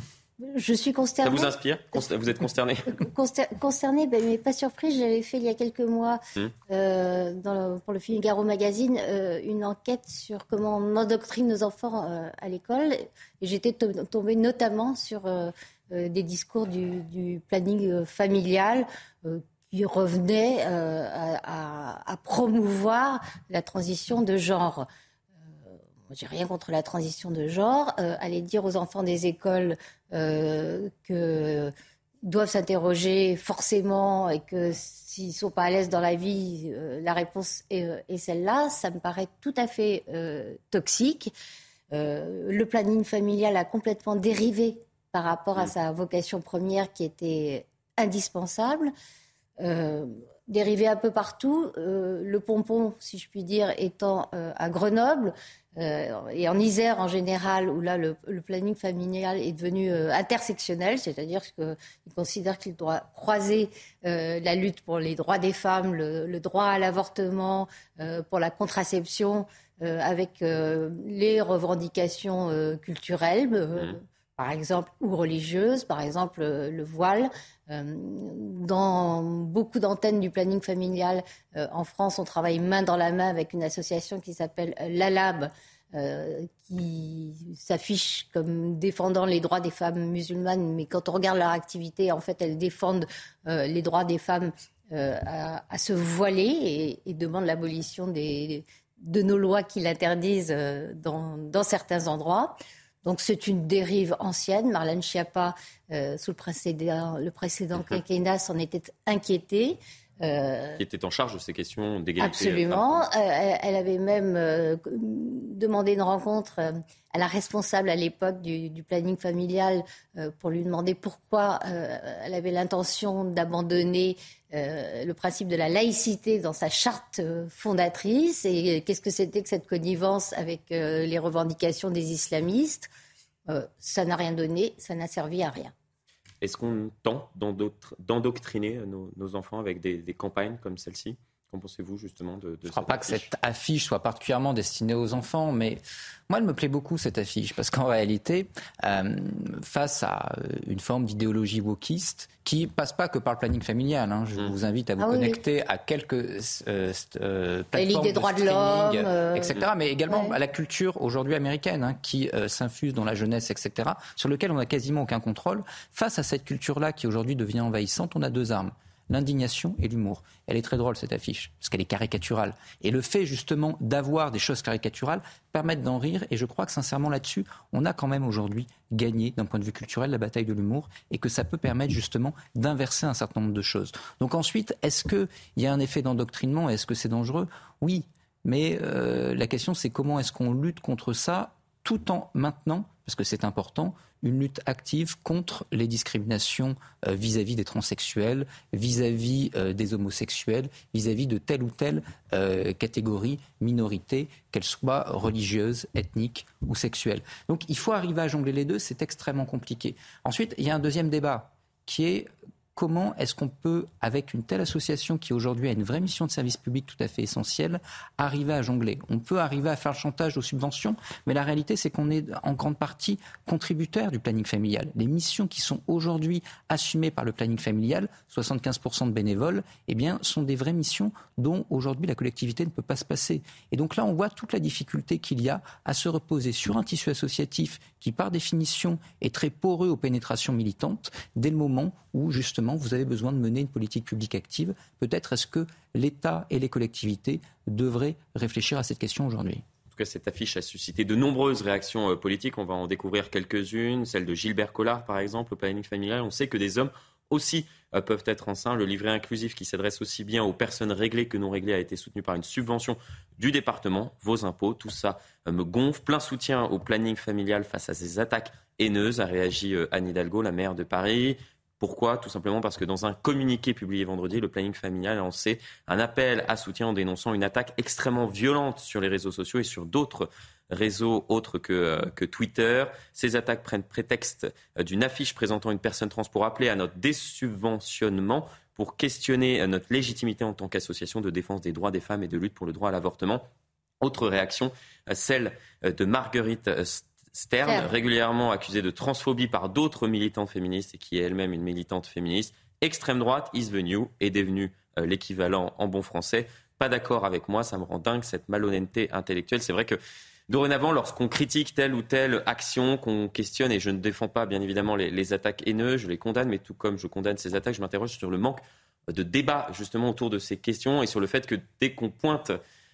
Je suis consternée. Ça vous inspire ? Vous êtes consternée ? Consternée, mais pas surprise. J'avais fait il y a quelques mois, mmh. euh, dans le, pour le Figaro Magazine, euh, une enquête sur comment on endoctrine nos enfants euh, à l'école. Et j'étais to- tombée notamment sur euh, euh, des discours du, du planning familial euh, qui revenaient euh, à, à, à promouvoir la transition de genre. J'ai rien contre la transition de genre. Euh, aller dire aux enfants des écoles euh, qu'ils doivent s'interroger forcément et que s'ils ne sont pas à l'aise dans la vie, euh, la réponse est, est celle-là, ça me paraît tout à fait euh, toxique. Euh, le planning familial a complètement dérivé par rapport à sa vocation première qui était indispensable. Euh, dérivé un peu partout. Euh, le pompon, si je puis dire, étant euh, à Grenoble euh, et en Isère en général, où là le, le planning familial est devenu euh, intersectionnel, c'est-à-dire qu'il considère qu'il doit croiser euh, la lutte pour les droits des femmes, le, le droit à l'avortement, euh, pour la contraception, euh, avec euh, les revendications euh, culturelles. Euh, mmh. Par exemple, ou religieuses, par exemple euh, le voile. Euh, dans beaucoup d'antennes du planning familial euh, en France, on travaille main dans la main avec une association qui s'appelle l'Alab, euh, qui s'affiche comme défendant les droits des femmes musulmanes, mais quand on regarde leur activité, en fait, elles défendent euh, les droits des femmes euh, à, à se voiler et, et demandent l'abolition des, de nos lois qui l'interdisent euh, dans, dans certains endroits. Donc c'est une dérive ancienne. Marlène Schiappa, euh, sous le précédent, le précédent quinquennat, s'en était inquiétée. Euh, qui était en charge de ces questions d'égalité. Absolument. Euh, elle avait même euh, demandé une rencontre euh, à la responsable à l'époque du, du planning familial euh, pour lui demander pourquoi euh, elle avait l'intention d'abandonner euh, le principe de la laïcité dans sa charte euh, fondatrice et euh, qu'est-ce que c'était que cette connivence avec euh, les revendications des islamistes. Euh, ça n'a rien donné, ça n'a servi à rien. Est-ce qu'on tente d'endoctriner nos, nos enfants avec des, des campagnes comme celle-ci ? Qu'en pensez-vous justement de, de Je ne crois pas affiche que cette affiche soit particulièrement destinée aux enfants, mais moi, elle me plaît beaucoup, cette affiche, parce qu'en réalité, euh, face à une forme d'idéologie wokiste, qui passe pas que par le planning familial, hein, je mmh. vous invite à vous ah, connecter oui. à quelques euh, euh, plateformes de, de streaming, de euh, et cetera, mais également ouais. à la culture aujourd'hui américaine, hein, qui euh, s'infuse dans la jeunesse, et cetera, sur lequel on n'a quasiment aucun contrôle. Face à cette culture-là, qui aujourd'hui devient envahissante, on a deux armes. L'indignation et l'humour. Elle est très drôle, cette affiche, parce qu'elle est caricaturale. Et le fait, justement, d'avoir des choses caricaturales permet d'en rire. Et je crois que, sincèrement, là-dessus, on a quand même aujourd'hui gagné, d'un point de vue culturel, la bataille de l'humour et que ça peut permettre, justement, d'inverser un certain nombre de choses. Donc ensuite, est-ce qu'il y a un effet d'endoctrinement? Est-ce que c'est dangereux? Oui. Mais euh, la question, c'est comment est-ce qu'on lutte contre ça tout en maintenant, parce que c'est important, une lutte active contre les discriminations euh, vis-à-vis des transsexuels, vis-à-vis euh, des homosexuels, vis-à-vis de telle ou telle euh, catégorie, minorité, qu'elle soit religieuse, ethnique ou sexuelle. Donc il faut arriver à jongler les deux, c'est extrêmement compliqué. Ensuite, il y a un deuxième débat qui est comment est-ce qu'on peut, avec une telle association qui aujourd'hui a une vraie mission de service public tout à fait essentielle, arriver à jongler. On peut arriver à faire le chantage aux subventions, mais la réalité, c'est qu'on est en grande partie contributeur du planning familial. Les missions qui sont aujourd'hui assumées par le planning familial, soixante-quinze pour cent de bénévoles, eh bien, sont des vraies missions dont aujourd'hui la collectivité ne peut pas se passer. Et donc là, on voit toute la difficulté qu'il y a à se reposer sur un tissu associatif qui, par définition, est très poreux aux pénétrations militantes, dès le moment où, justement, vous avez besoin de mener une politique publique active. Peut-être est-ce que l'État et les collectivités devraient réfléchir à cette question aujourd'hui ? En tout cas, cette affiche a suscité de nombreuses réactions politiques. On va en découvrir quelques-unes. Celle de Gilbert Collard, par exemple, au planning familial. On sait que des hommes aussi euh, peuvent être enceints. Le livret inclusif qui s'adresse aussi bien aux personnes réglées que non réglées a été soutenu par une subvention du département. Vos impôts, tout ça euh, me gonfle. Plein soutien au planning familial face à ces attaques haineuses, a réagi euh, Anne Hidalgo, la maire de Paris. Pourquoi ? Tout simplement parce que dans un communiqué publié vendredi, le planning familial a lancé un appel à soutien en dénonçant une attaque extrêmement violente sur les réseaux sociaux et sur d'autres réseaux autres que, euh, que Twitter. Ces attaques prennent prétexte euh, d'une affiche présentant une personne trans pour appeler à notre désubventionnement, pour questionner euh, notre légitimité en tant qu'association de défense des droits des femmes et de lutte pour le droit à l'avortement. Autre réaction, euh, celle euh, de Marguerite euh, Stern, Stern, régulièrement accusée de transphobie par d'autres militantes féministes et qui est elle-même une militante féministe. Extrême droite, is the new, est devenue euh, l'équivalent en bon français. Pas d'accord avec moi, ça me rend dingue cette malhonnêteté intellectuelle. C'est vrai que dorénavant, lorsqu'on critique telle ou telle action, qu'on questionne, et je ne défends pas bien évidemment les, les attaques haineuses, je les condamne, mais tout comme je condamne ces attaques, je m'interroge sur le manque de débat justement autour de ces questions et sur le fait que dès qu'on pointe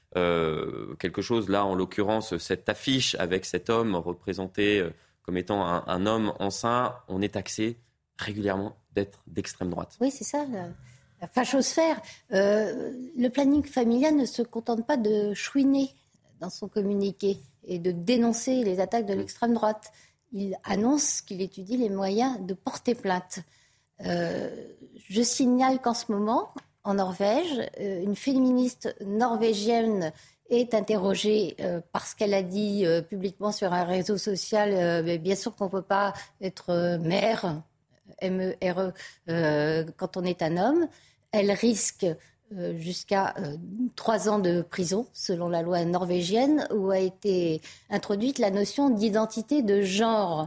Euh, quelque chose, là en l'occurrence cette affiche avec cet homme représenté euh, comme étant un, un homme enceint, on est taxé régulièrement d'être d'extrême droite. Oui, c'est ça, la, la fachosphère. Euh, le planning familial ne se contente pas de chouiner dans son communiqué et de dénoncer les attaques de l'extrême droite. Il annonce qu'il étudie les moyens de porter plainte. Euh, je signale qu'en ce moment, en Norvège, une féministe norvégienne est interrogée euh, parce qu'elle a dit euh, publiquement sur un réseau social euh, mais bien sûr qu'on ne peut pas être euh, mère, M E R E, euh, quand on est un homme. Elle risque euh, jusqu'à euh, trois ans de prison, selon la loi norvégienne, où a été introduite la notion d'identité de genre.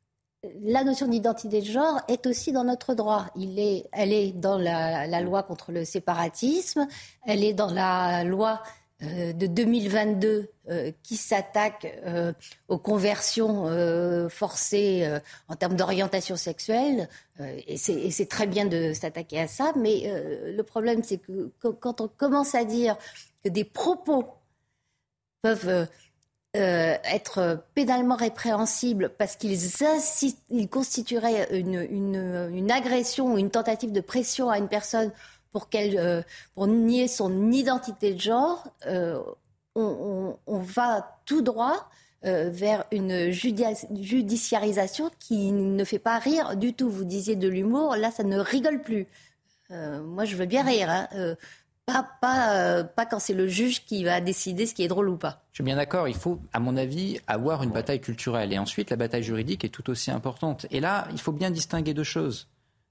La notion d'identité de genre est aussi dans notre droit. Il est, elle est dans la, la loi contre le séparatisme, elle est dans la loi euh, de deux mille vingt-deux euh, qui s'attaque euh, aux conversions euh, forcées euh, en termes d'orientation sexuelle. Euh, et, c'est, et c'est très bien de s'attaquer à ça, mais euh, le problème, c'est que quand on commence à dire que des propos peuvent... Euh, Euh, être pénalement répréhensibles parce qu'ils incitent, ils constitueraient une, une, une agression ou une tentative de pression à une personne pour, qu'elle, euh, pour nier son identité de genre, euh, on, on, on va tout droit euh, vers une judici- judiciarisation qui ne fait pas rire du tout. Vous disiez de l'humour, là ça ne rigole plus. Euh, moi je veux bien rire, hein. euh, pas, pas, euh, pas quand c'est le juge qui va décider ce qui est drôle ou pas. Je suis bien d'accord, il faut, à mon avis, avoir une bataille culturelle. Et ensuite, la bataille juridique est tout aussi importante. Et là, il faut bien distinguer deux choses.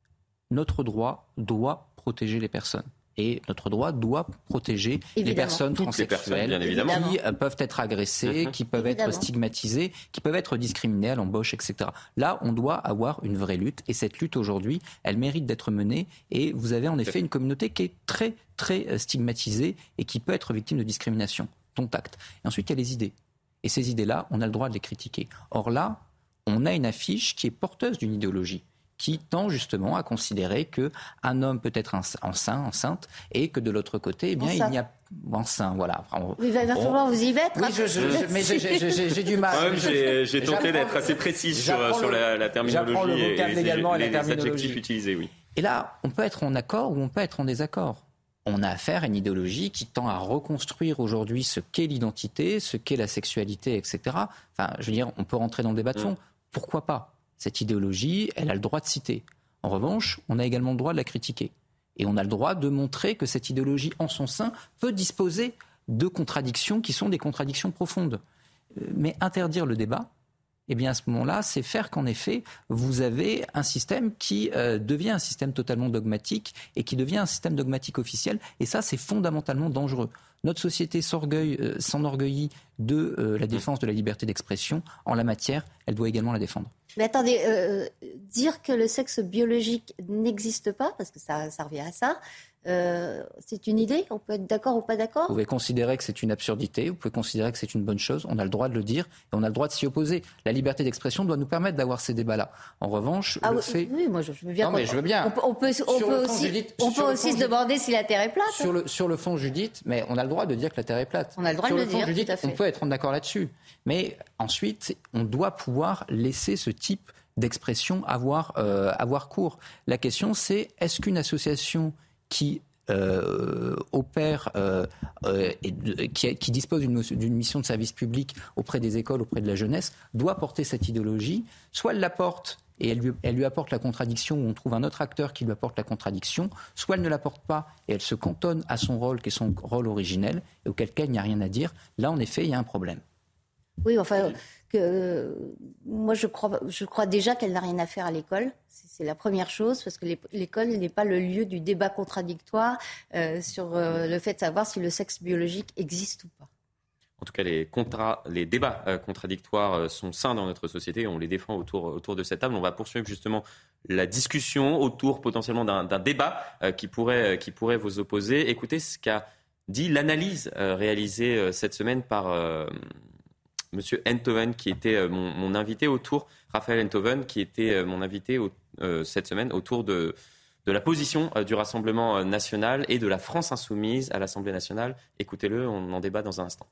Notre droit doit protéger les personnes. Et notre droit doit protéger évidemment. les personnes Toutes transsexuelles les personnes, qui euh, peuvent être agressées, mmh. qui peuvent évidemment. être stigmatisées, qui peuvent être discriminées à l'embauche, et cetera. Là, on doit avoir une vraie lutte. Et cette lutte, aujourd'hui, elle mérite d'être menée. Et vous avez en effet une communauté qui est très, très stigmatisée et qui peut être victime de discrimination. Ton acte. Et ensuite, il y a les idées. Et ces idées-là, on a le droit de les critiquer. Or là, on a une affiche qui est porteuse d'une idéologie, qui tend justement à considérer qu'un homme peut être enceint, enceinte, et que de l'autre côté, eh bien, il n'y a enceint, voilà. On... Oui, il va falloir on... vous y mettre. Oui, je, je, je, mais j'ai, j'ai, j'ai, j'ai du mal. Moi-même, j'ai, j'ai tenté d'être assez précis sur, sur la, la terminologie le vocable et, également et, et la les adjectifs utilisés, oui. Et là, on peut être en accord ou on peut être en désaccord. On a affaire à une idéologie qui tend à reconstruire aujourd'hui ce qu'est l'identité, ce qu'est la sexualité, et cetera. Enfin, je veux dire, on peut rentrer dans le débat de fond. Mmh. Pourquoi pas ? Cette idéologie, elle a le droit de citer. En revanche, on a également le droit de la critiquer. Et on a le droit de montrer que cette idéologie, en son sein, peut disposer de contradictions qui sont des contradictions profondes. Mais interdire le débat, eh bien à ce moment-là, c'est faire qu'en effet, vous avez un système qui euh, devient un système totalement dogmatique et qui devient un système dogmatique officiel. Et ça, c'est fondamentalement dangereux. Notre société s'orgueille, euh, s'enorgueillit de euh, la défense de la liberté d'expression. En la matière, elle doit également la défendre. Mais attendez, euh, dire que le sexe biologique n'existe pas, parce que ça, ça revient à ça, euh, c'est une idée ? On peut être d'accord ou pas d'accord ? Vous pouvez considérer que c'est une absurdité, vous pouvez considérer que c'est une bonne chose, on a le droit de le dire et on a le droit de s'y opposer. La liberté d'expression doit nous permettre d'avoir ces débats-là. En revanche, ah, le oui, fait... oui, moi je veux bien... Non, mais je veux bien. On peut, on peut, on peut aussi, Judith, on peut aussi se Judith, demander si la Terre est plate. Sur le, sur le fond, Judith, mais on a le droit de dire que la Terre est plate. On a le droit sur de le le fond, dire, Judith, tout à fait. On peut être en accord là-dessus. Mais ensuite, on doit pouvoir laisser ce type d'expression avoir, euh, avoir cours. La question, c'est est-ce qu'une association qui euh, opère, euh, euh, et de, qui, qui dispose d'une, d'une mission de service public auprès des écoles, auprès de la jeunesse, doit porter cette idéologie ? Soit elle la porte et elle lui, elle lui apporte la contradiction, ou on trouve un autre acteur qui lui apporte la contradiction, soit elle ne la porte pas et elle se cantonne à son rôle, qui est son rôle originel, et auquel cas il n'y a rien à dire. Là, en effet, il y a un problème. Oui, enfin, que, euh, moi je crois, je crois déjà qu'elle n'a rien à faire à l'école. C'est, c'est la première chose, parce que l'école n'est pas le lieu du débat contradictoire euh, sur euh, le fait de savoir si le sexe biologique existe ou pas. En tout cas, les, contra- les débats euh, contradictoires euh, sont sains dans notre société et on les défend autour, autour de cette table. On va poursuivre justement la discussion autour potentiellement d'un, d'un débat euh, qui, pourrait, euh, qui pourrait vous opposer. Écoutez ce qu'a dit l'analyse euh, réalisée euh, cette semaine par... Euh, Monsieur Enthoven, qui était euh, mon, mon invité autour, Raphaël Enthoven, qui était euh, mon invité au, euh, cette semaine autour de, de la position euh, du Rassemblement national et de la France insoumise à l'Assemblée nationale. Écoutez-le, on en débat dans un instant.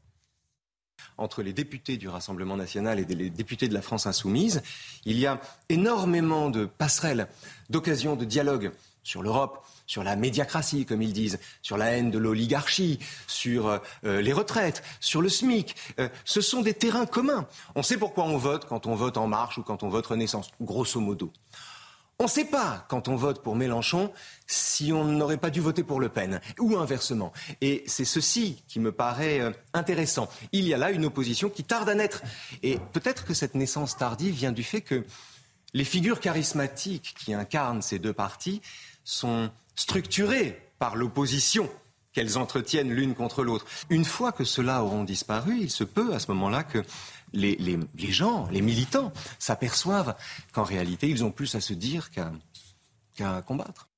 Entre les députés du Rassemblement national et les députés de la France insoumise, il y a énormément de passerelles, d'occasions de dialogue sur l'Europe, sur la médiacratie, comme ils disent, sur la haine de l'oligarchie, sur euh, les retraites, sur le SMIC. Euh, ce sont des terrains communs. On sait pourquoi on vote quand on vote En Marche ou quand on vote Renaissance, grosso modo. On ne sait pas, quand on vote pour Mélenchon, si on n'aurait pas dû voter pour Le Pen, ou inversement. Et c'est ceci qui me paraît euh, intéressant. Il y a là une opposition qui tarde à naître. Et peut-être que cette naissance tardive vient du fait que les figures charismatiques qui incarnent ces deux partis sont structurées par l'opposition qu'elles entretiennent l'une contre l'autre. Une fois que ceux-là auront disparu, il se peut à ce moment-là que les, les, les gens, les militants, s'aperçoivent qu'en réalité, ils ont plus à se dire qu'à, qu'à combattre.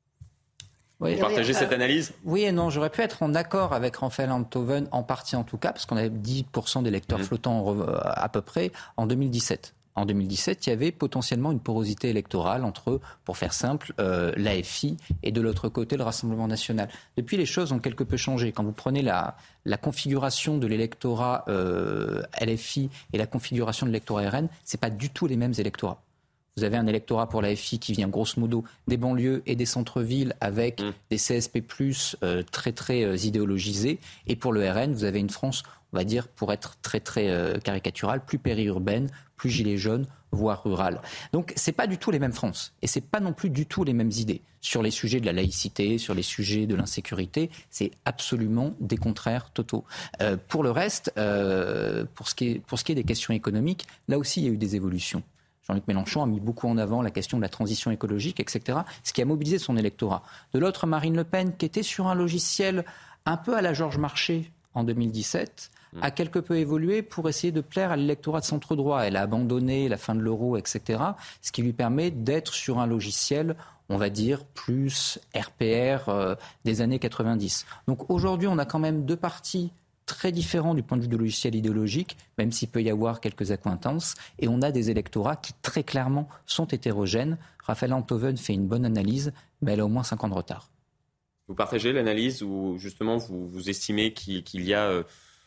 Oui, vous partagez cette analyse ? Oui et non, j'aurais pu être en accord avec Raphaël Enthoven, en partie en tout cas, parce qu'on avait dix pour cent d'électeurs mmh. flottants à peu près en deux mille dix-sept. En deux mille dix-sept, il y avait potentiellement une porosité électorale entre, pour faire simple, euh, l'A F I et de l'autre côté le Rassemblement national. Depuis, les choses ont quelque peu changé. Quand vous prenez la, la configuration de l'électorat euh, L F I et la configuration de l'électorat R N, ce n'est pas du tout les mêmes électorats. Vous avez un électorat pour la F I qui vient grosso modo des banlieues et des centres-villes avec mmh. des C S P plus, euh, très très euh, idéologisés. Et pour le R N, vous avez une France, on va dire, pour être très très euh, caricaturale, plus périurbaine, plus gilet jaune, voire rurale. Donc c'est pas du tout les mêmes France. Et c'est pas non plus du tout les mêmes idées. Sur les sujets de la laïcité, sur les sujets de l'insécurité, c'est absolument des contraires totaux. Euh, pour le reste, euh, pour ce qui est, pour ce qui est des questions économiques, là aussi il y a eu des évolutions. Jean-Luc Mélenchon a mis beaucoup en avant la question de la transition écologique, et cetera, ce qui a mobilisé son électorat. De l'autre, Marine Le Pen, qui était sur un logiciel un peu à la Georges Marchais en deux mille dix-sept, mmh. a quelque peu évolué pour essayer de plaire à l'électorat de centre-droit. Elle a abandonné la fin de l'euro, et cetera, ce qui lui permet d'être sur un logiciel, on va dire, plus R P R euh, des années quatre-vingt-dix. Donc aujourd'hui, on a quand même deux partis très différents du point de vue de logiciel idéologique, même s'il peut y avoir quelques accointances, et on a des électorats qui très clairement sont hétérogènes. Raphaël Enthoven fait une bonne analyse, mais elle a au moins cinq ans de retard. Vous partagez l'analyse où justement vous, vous estimez qu'il, qu'il y a euh,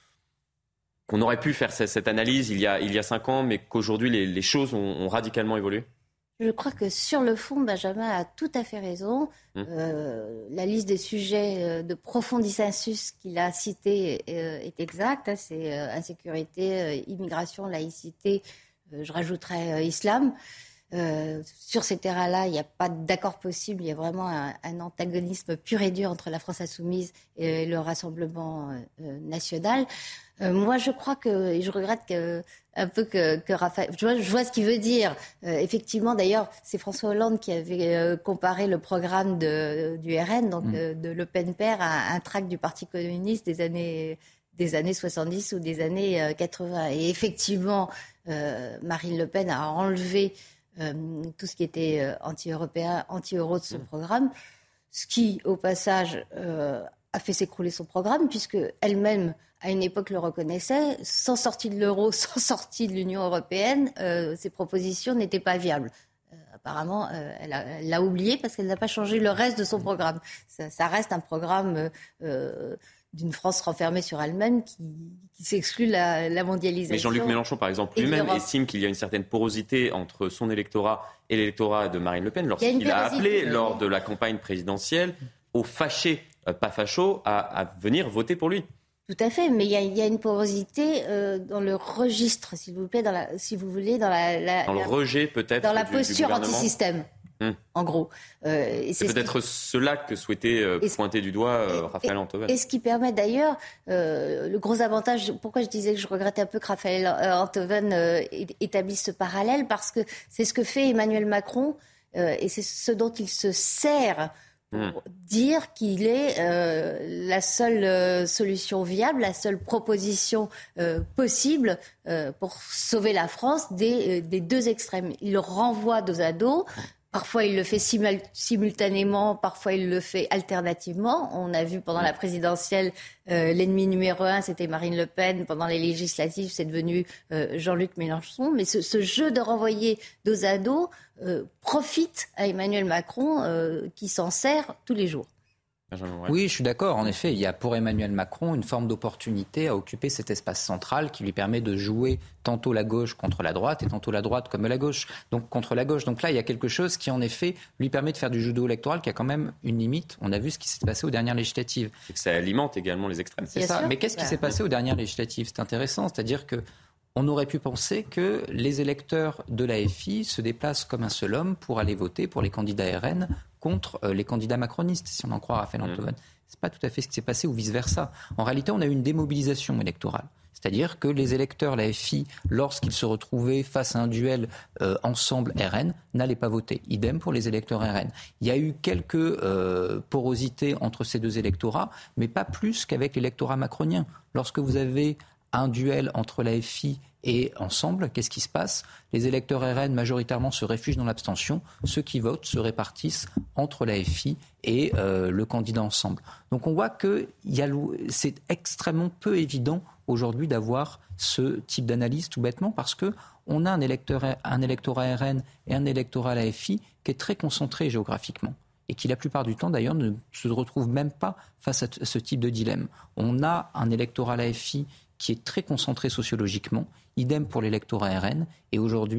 qu'on aurait pu faire cette, cette analyse il y a il y a cinq ans, mais qu'aujourd'hui les, les choses ont, ont radicalement évolué? Je crois que sur le fond, Benjamin a tout à fait raison. Mmh. Euh, la liste des sujets de profond dissensus qu'il a cités euh, est exacte. Hein, c'est euh, insécurité, euh, immigration, laïcité, euh, je rajouterais euh, islam. Euh, sur ces terrains-là, il n'y a pas d'accord possible. Il y a vraiment un, un antagonisme pur et dur entre la France insoumise et le Rassemblement euh, national. Euh, moi, je crois que, et je regrette que, un peu que, que Raphaël, je vois, je vois ce qu'il veut dire. Euh, effectivement, d'ailleurs, c'est François Hollande qui avait euh, comparé le programme de, du R N, donc mmh. euh, de Le Pen père, à un tract du Parti communiste des années, des années soixante-dix ou des années euh, quatre-vingts. Et effectivement, euh, Marine Le Pen a enlevé euh, tout ce qui était euh, anti-européen, anti-euro de ce mmh. programme, ce qui, au passage, euh, a fait s'écrouler son programme, puisque elle-même, à une époque, le reconnaissait. Sans sortie de l'euro, sans sortie de l'Union européenne, euh, ses propositions n'étaient pas viables. Euh, apparemment, euh, elle, a, elle l'a oublié parce qu'elle n'a pas changé le reste de son programme. Ça, ça reste un programme euh, d'une France renfermée sur elle-même qui, qui s'exclut la, la mondialisation. Mais Jean-Luc Mélenchon, par exemple, lui-même estime qu'il y a une certaine porosité entre son électorat et l'électorat de Marine Le Pen lorsqu'il a, a appelé, lors de la campagne présidentielle, aux fâchés, euh, pas fachos, à, à venir voter pour lui. Tout à fait, mais il y a, il y a une porosité euh, dans le registre, s'il vous plaît, dans la, si vous voulez, dans la, la dans le la, rejet peut-être dans la du, posture du anti-système, hum. en gros. Euh, et c'est, c'est peut-être qui... cela que souhaitait euh, pointer du doigt euh, Raphaël Enthoven. Et ce qui permet d'ailleurs euh, le gros avantage. Pourquoi je disais que je regrettais un peu que Raphaël Enthoven euh, établisse ce parallèle, parce que c'est ce que fait Emmanuel Macron euh, et c'est ce dont il se sert. Pour dire qu'il est euh, la seule euh, solution viable, la seule proposition euh, possible euh, pour sauver la France des, euh, des deux extrêmes. Il le renvoie dos à dos. Parfois, il le fait simul- simultanément, parfois, il le fait alternativement. On a vu pendant la présidentielle, euh, l'ennemi numéro un, c'était Marine Le Pen. Pendant les législatives, c'est devenu euh, Jean-Luc Mélenchon. Mais ce, ce jeu de renvoyer dos à dos euh, profite à Emmanuel Macron, euh, qui s'en sert tous les jours. Oui, je suis d'accord. En effet, il y a pour Emmanuel Macron une forme d'opportunité à occuper cet espace central qui lui permet de jouer tantôt la gauche contre la droite et tantôt la droite comme la gauche, donc contre la gauche. Donc là, il y a quelque chose qui, en effet, lui permet de faire du judo électoral qui a quand même une limite. On a vu ce qui s'est passé aux dernières législatives. Et que ça alimente également les extrêmes. C'est Bien ça. Sûr. Mais qu'est-ce qui s'est passé aux dernières législatives ? C'est intéressant. C'est-à-dire que on aurait pu penser que les électeurs de l'A F I se déplacent comme un seul homme pour aller voter pour les candidats R N contre euh, les candidats macronistes, si on en croit Raphaël Enthoven. Mmh. Ce n'est pas tout à fait ce qui s'est passé ou vice-versa. En réalité, on a eu une démobilisation électorale. C'est-à-dire que les électeurs, la F I, lorsqu'ils se retrouvaient face à un duel euh, ensemble R N, n'allaient pas voter. Idem pour les électeurs R N. Il y a eu quelques euh, porosités entre ces deux électorats, mais pas plus qu'avec l'électorat macronien. Lorsque vous avez un duel entre la F I et Ensemble, qu'est-ce qui se passe ? Les électeurs R N majoritairement se réfugient dans l'abstention. Ceux qui votent se répartissent entre la F I et euh, le candidat Ensemble. Donc on voit que y a, c'est extrêmement peu évident aujourd'hui d'avoir ce type d'analyse tout bêtement parce qu'on a un, électeur, un électorat R N et un électorat à la F I qui est très concentré géographiquement. Et qui, la plupart du temps, d'ailleurs, ne se retrouve même pas face à t- ce type de dilemme. On a un électorat à la F I qui est très concentré sociologiquement, idem pour l'électorat R N. Et aujourd'hui,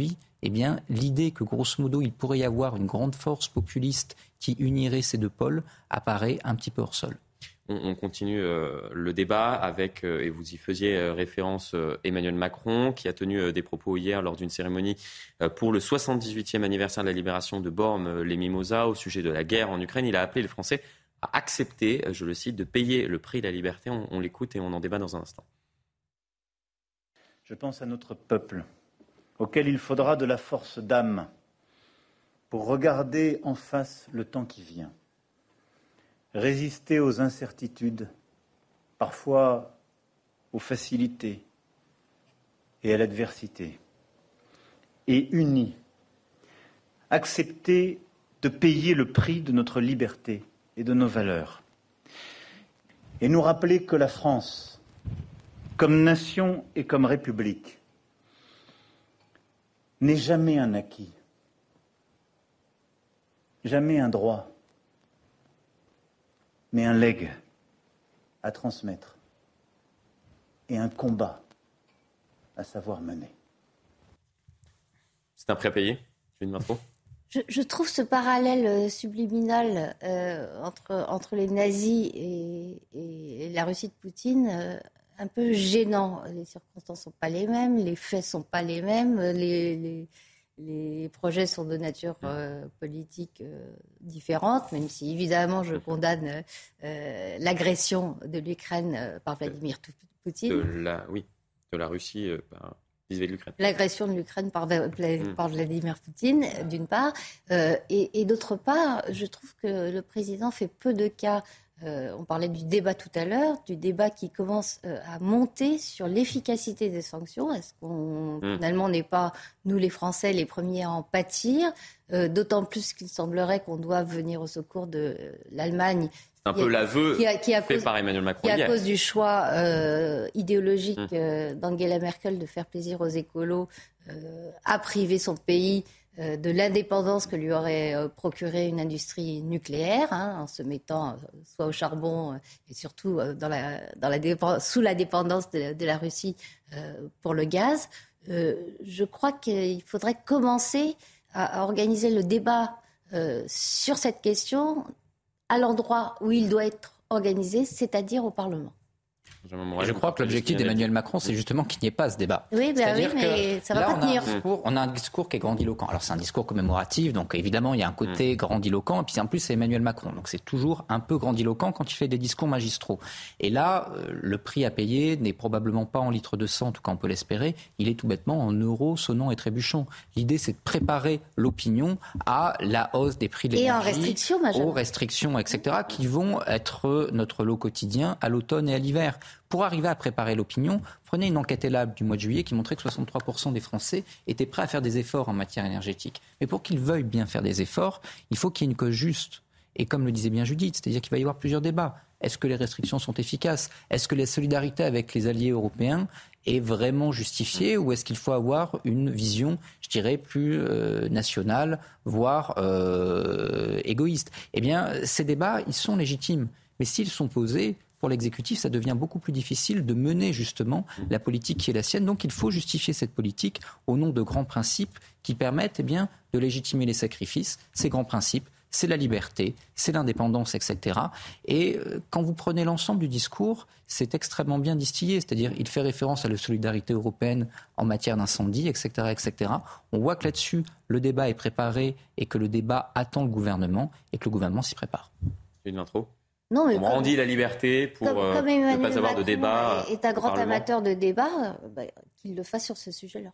eh bien, l'idée que, grosso modo, il pourrait y avoir une grande force populiste qui unirait ces deux pôles apparaît un petit peu hors sol. On, on continue euh, le débat avec, euh, et vous y faisiez euh, référence, euh, Emmanuel Macron, qui a tenu euh, des propos hier lors d'une cérémonie euh, pour le soixante-dix-huitième anniversaire de la libération de Bormes-les-Mimosas au sujet de la guerre en Ukraine. Il a appelé les Français à accepter, je le cite, de payer le prix de la liberté. On, on l'écoute et on en débat dans un instant. Je pense à notre peuple, auquel il faudra de la force d'âme pour regarder en face le temps qui vient. Résister aux incertitudes, parfois aux facilités et à l'adversité. Et unis, accepter de payer le prix de notre liberté et de nos valeurs. Et nous rappeler que la France, comme nation et comme république, n'est jamais un acquis, jamais un droit, mais un legs à transmettre et un combat à savoir mener. C'est un prix à payer, Julie Marceau. Je, je trouve ce parallèle subliminal euh, entre, entre les nazis et, et, et la Russie de Poutine euh, un peu gênant. Les circonstances ne sont pas les mêmes, les faits ne sont pas les mêmes, les... les Les projets sont de nature euh, politique euh, différente, même si évidemment je condamne euh, l'agression de l'Ukraine euh, par Vladimir Poutine. De la, oui, de la Russie euh, par vis-à-vis de l'Ukraine. L'agression de l'Ukraine par, par Vladimir Poutine, d'une part, euh, et, et d'autre part, je trouve que le président fait peu de cas. Euh, on parlait du débat tout à l'heure, du débat qui commence euh, à monter sur l'efficacité des sanctions. Est-ce qu'on mmh. finalement n'est pas, nous les Français, les premiers à en pâtir, euh, d'autant plus qu'il semblerait qu'on doive venir au secours de l'Allemagne. C'est un peu l'aveu qui a, qui a fait cause, par Emmanuel Macron. Qui, à hier. cause du choix euh, idéologique mmh. euh, d'Angela Merkel de faire plaisir aux écolos, euh, a privé son pays euh, de l'indépendance que lui aurait euh, procuré une industrie nucléaire, hein, en se mettant euh, soit au charbon euh, et surtout euh, dans la, dans la dépend- sous la dépendance de, de la Russie euh, pour le gaz. Euh, je crois qu'il faudrait commencer à, à organiser le débat euh, sur cette question à l'endroit où il doit être organisé, c'est-à-dire au Parlement. Je crois que l'objectif d'Emmanuel Macron, c'est justement qu'il n'y ait pas ce débat. Oui, ben oui, mais ça va là, pas on tenir. A un discours, on a un discours qui est grandiloquent. Alors, c'est un discours commémoratif, donc évidemment, il y a un côté mmh. grandiloquent. Et puis, en plus, c'est Emmanuel Macron. Donc, c'est toujours un peu grandiloquent quand il fait des discours magistraux. Et là, euh, le prix à payer n'est probablement pas en litres de sang, en tout cas, on peut l'espérer. Il est tout bêtement en euros sonnant et trébuchant. L'idée, c'est de préparer l'opinion à la hausse des prix de l'énergie. Et en restriction, Benjamin. Aux restrictions, et cetera, qui vont être notre lot quotidien à l'automne et à l'hiver. Pour arriver à préparer l'opinion, prenez une enquête Elabe du mois de juillet qui montrait que soixante-trois pour cent des Français étaient prêts à faire des efforts en matière énergétique. Mais pour qu'ils veuillent bien faire des efforts, il faut qu'il y ait une cause juste. Et comme le disait bien Judith, c'est-à-dire qu'il va y avoir plusieurs débats. Est-ce que les restrictions sont efficaces ? Est-ce que la solidarité avec les alliés européens est vraiment justifiée ? Ou est-ce qu'il faut avoir une vision, je dirais, plus euh, nationale, voire euh, égoïste ? Eh bien, ces débats, ils sont légitimes. Mais s'ils sont posés, pour l'exécutif, ça devient beaucoup plus difficile de mener justement la politique qui est la sienne. Donc il faut justifier cette politique au nom de grands principes qui permettent eh bien, de légitimer les sacrifices. Ces grands principes, c'est la liberté, c'est l'indépendance, et cetera. Et quand vous prenez l'ensemble du discours, c'est extrêmement bien distillé. C'est-à-dire il fait référence à la solidarité européenne en matière d'incendie, et cetera, et cetera. On voit que là-dessus, le débat est préparé et que le débat attend le gouvernement et que le gouvernement s'y prépare. Une intro. Non, mais on brandit la liberté pour comme, euh, comme ne pas avoir Macron de débat. Est un grand amateur de débat, bah, qu'il le fasse sur ce sujet-là.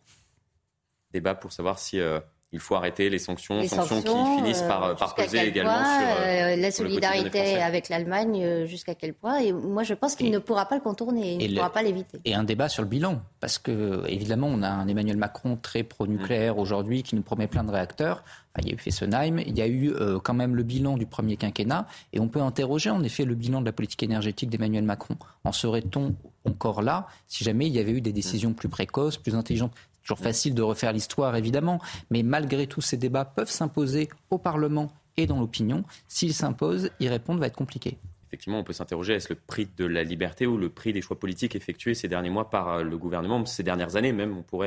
Débat pour savoir si euh, il faut arrêter les sanctions, les sanctions, sanctions qui finissent par, par peser également point, sur euh, la sur solidarité avec l'Allemagne, euh, jusqu'à quel point. Et moi, je pense qu'il et, ne pourra pas le contourner, il ne pourra pas l'éviter. Et un débat sur le bilan, parce que évidemment, on a un Emmanuel Macron très pro-nucléaire mmh. aujourd'hui qui nous promet plein de réacteurs. Il y a eu Fessenheim, il y a eu euh, quand même le bilan du premier quinquennat, et on peut interroger en effet le bilan de la politique énergétique d'Emmanuel Macron. En serait-on encore là si jamais il y avait eu des décisions plus précoces, plus intelligentes ? Toujours facile de refaire l'histoire, évidemment, mais malgré tout, ces débats peuvent s'imposer au Parlement et dans l'opinion. S'ils s'imposent, y répondre va être compliqué. Effectivement, on peut s'interroger, est-ce le prix de la liberté ou le prix des choix politiques effectués ces derniers mois par le gouvernement, ces dernières années même, on pourrait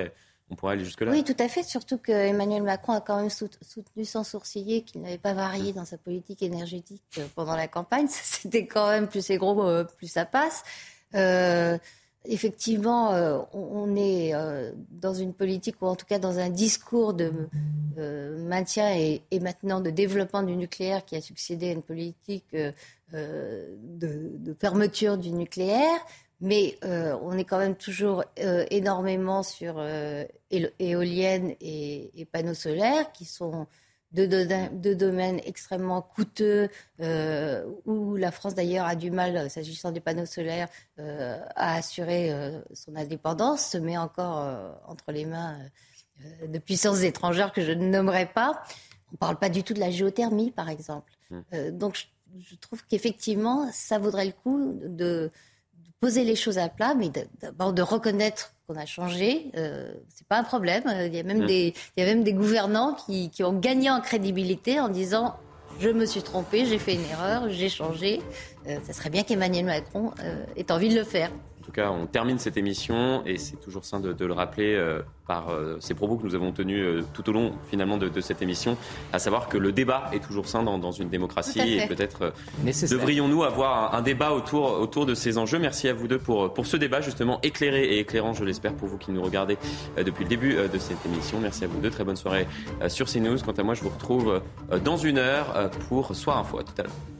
on pourrait aller jusque-là. Oui, tout à fait, surtout qu'Emmanuel Macron a quand même soutenu sans sourciller qu'il n'avait pas varié dans sa politique énergétique pendant la campagne. C'était quand même plus c'est gros, plus ça passe. Euh, effectivement, euh, on est euh, dans une politique, ou en tout cas dans un discours de euh, maintien et, et maintenant de développement du nucléaire qui a succédé à une politique euh, de, de fermeture du nucléaire. Mais euh, on est quand même toujours euh, énormément sur euh, éoliennes et, et panneaux solaires, qui sont deux, deux, deux domaines extrêmement coûteux, euh, où la France d'ailleurs a du mal, s'agissant des panneaux solaires, euh, à assurer euh, son indépendance, se met encore euh, entre les mains euh, de puissances étrangères que je ne nommerai pas. On ne parle pas du tout de la géothermie, par exemple. Euh, donc je, je trouve qu'effectivement, ça vaudrait le coup de... poser les choses à plat, mais d'abord de reconnaître qu'on a changé, euh, c'est pas un problème. Il y a même mmh. des, il y a même des gouvernants qui, qui ont gagné en crédibilité en disant je me suis trompé, j'ai fait une erreur, j'ai changé. Euh, ça serait bien qu'Emmanuel Macron euh, ait envie de le faire. En tout cas, on termine cette émission et c'est toujours sain de, de le rappeler euh, par euh, ces propos que nous avons tenus euh, tout au long finalement de, de cette émission, à savoir que le débat est toujours sain dans, dans une démocratie et peut-être euh, devrions-nous avoir un, un débat autour, autour de ces enjeux. Merci à vous deux pour, pour ce débat justement éclairé et éclairant, je l'espère, pour vous qui nous regardez euh, depuis le début euh, de cette émission. Merci à vous deux, très bonne soirée euh, sur CNews. Quant à moi, je vous retrouve euh, dans une heure euh, pour Soir Info. À tout à l'heure.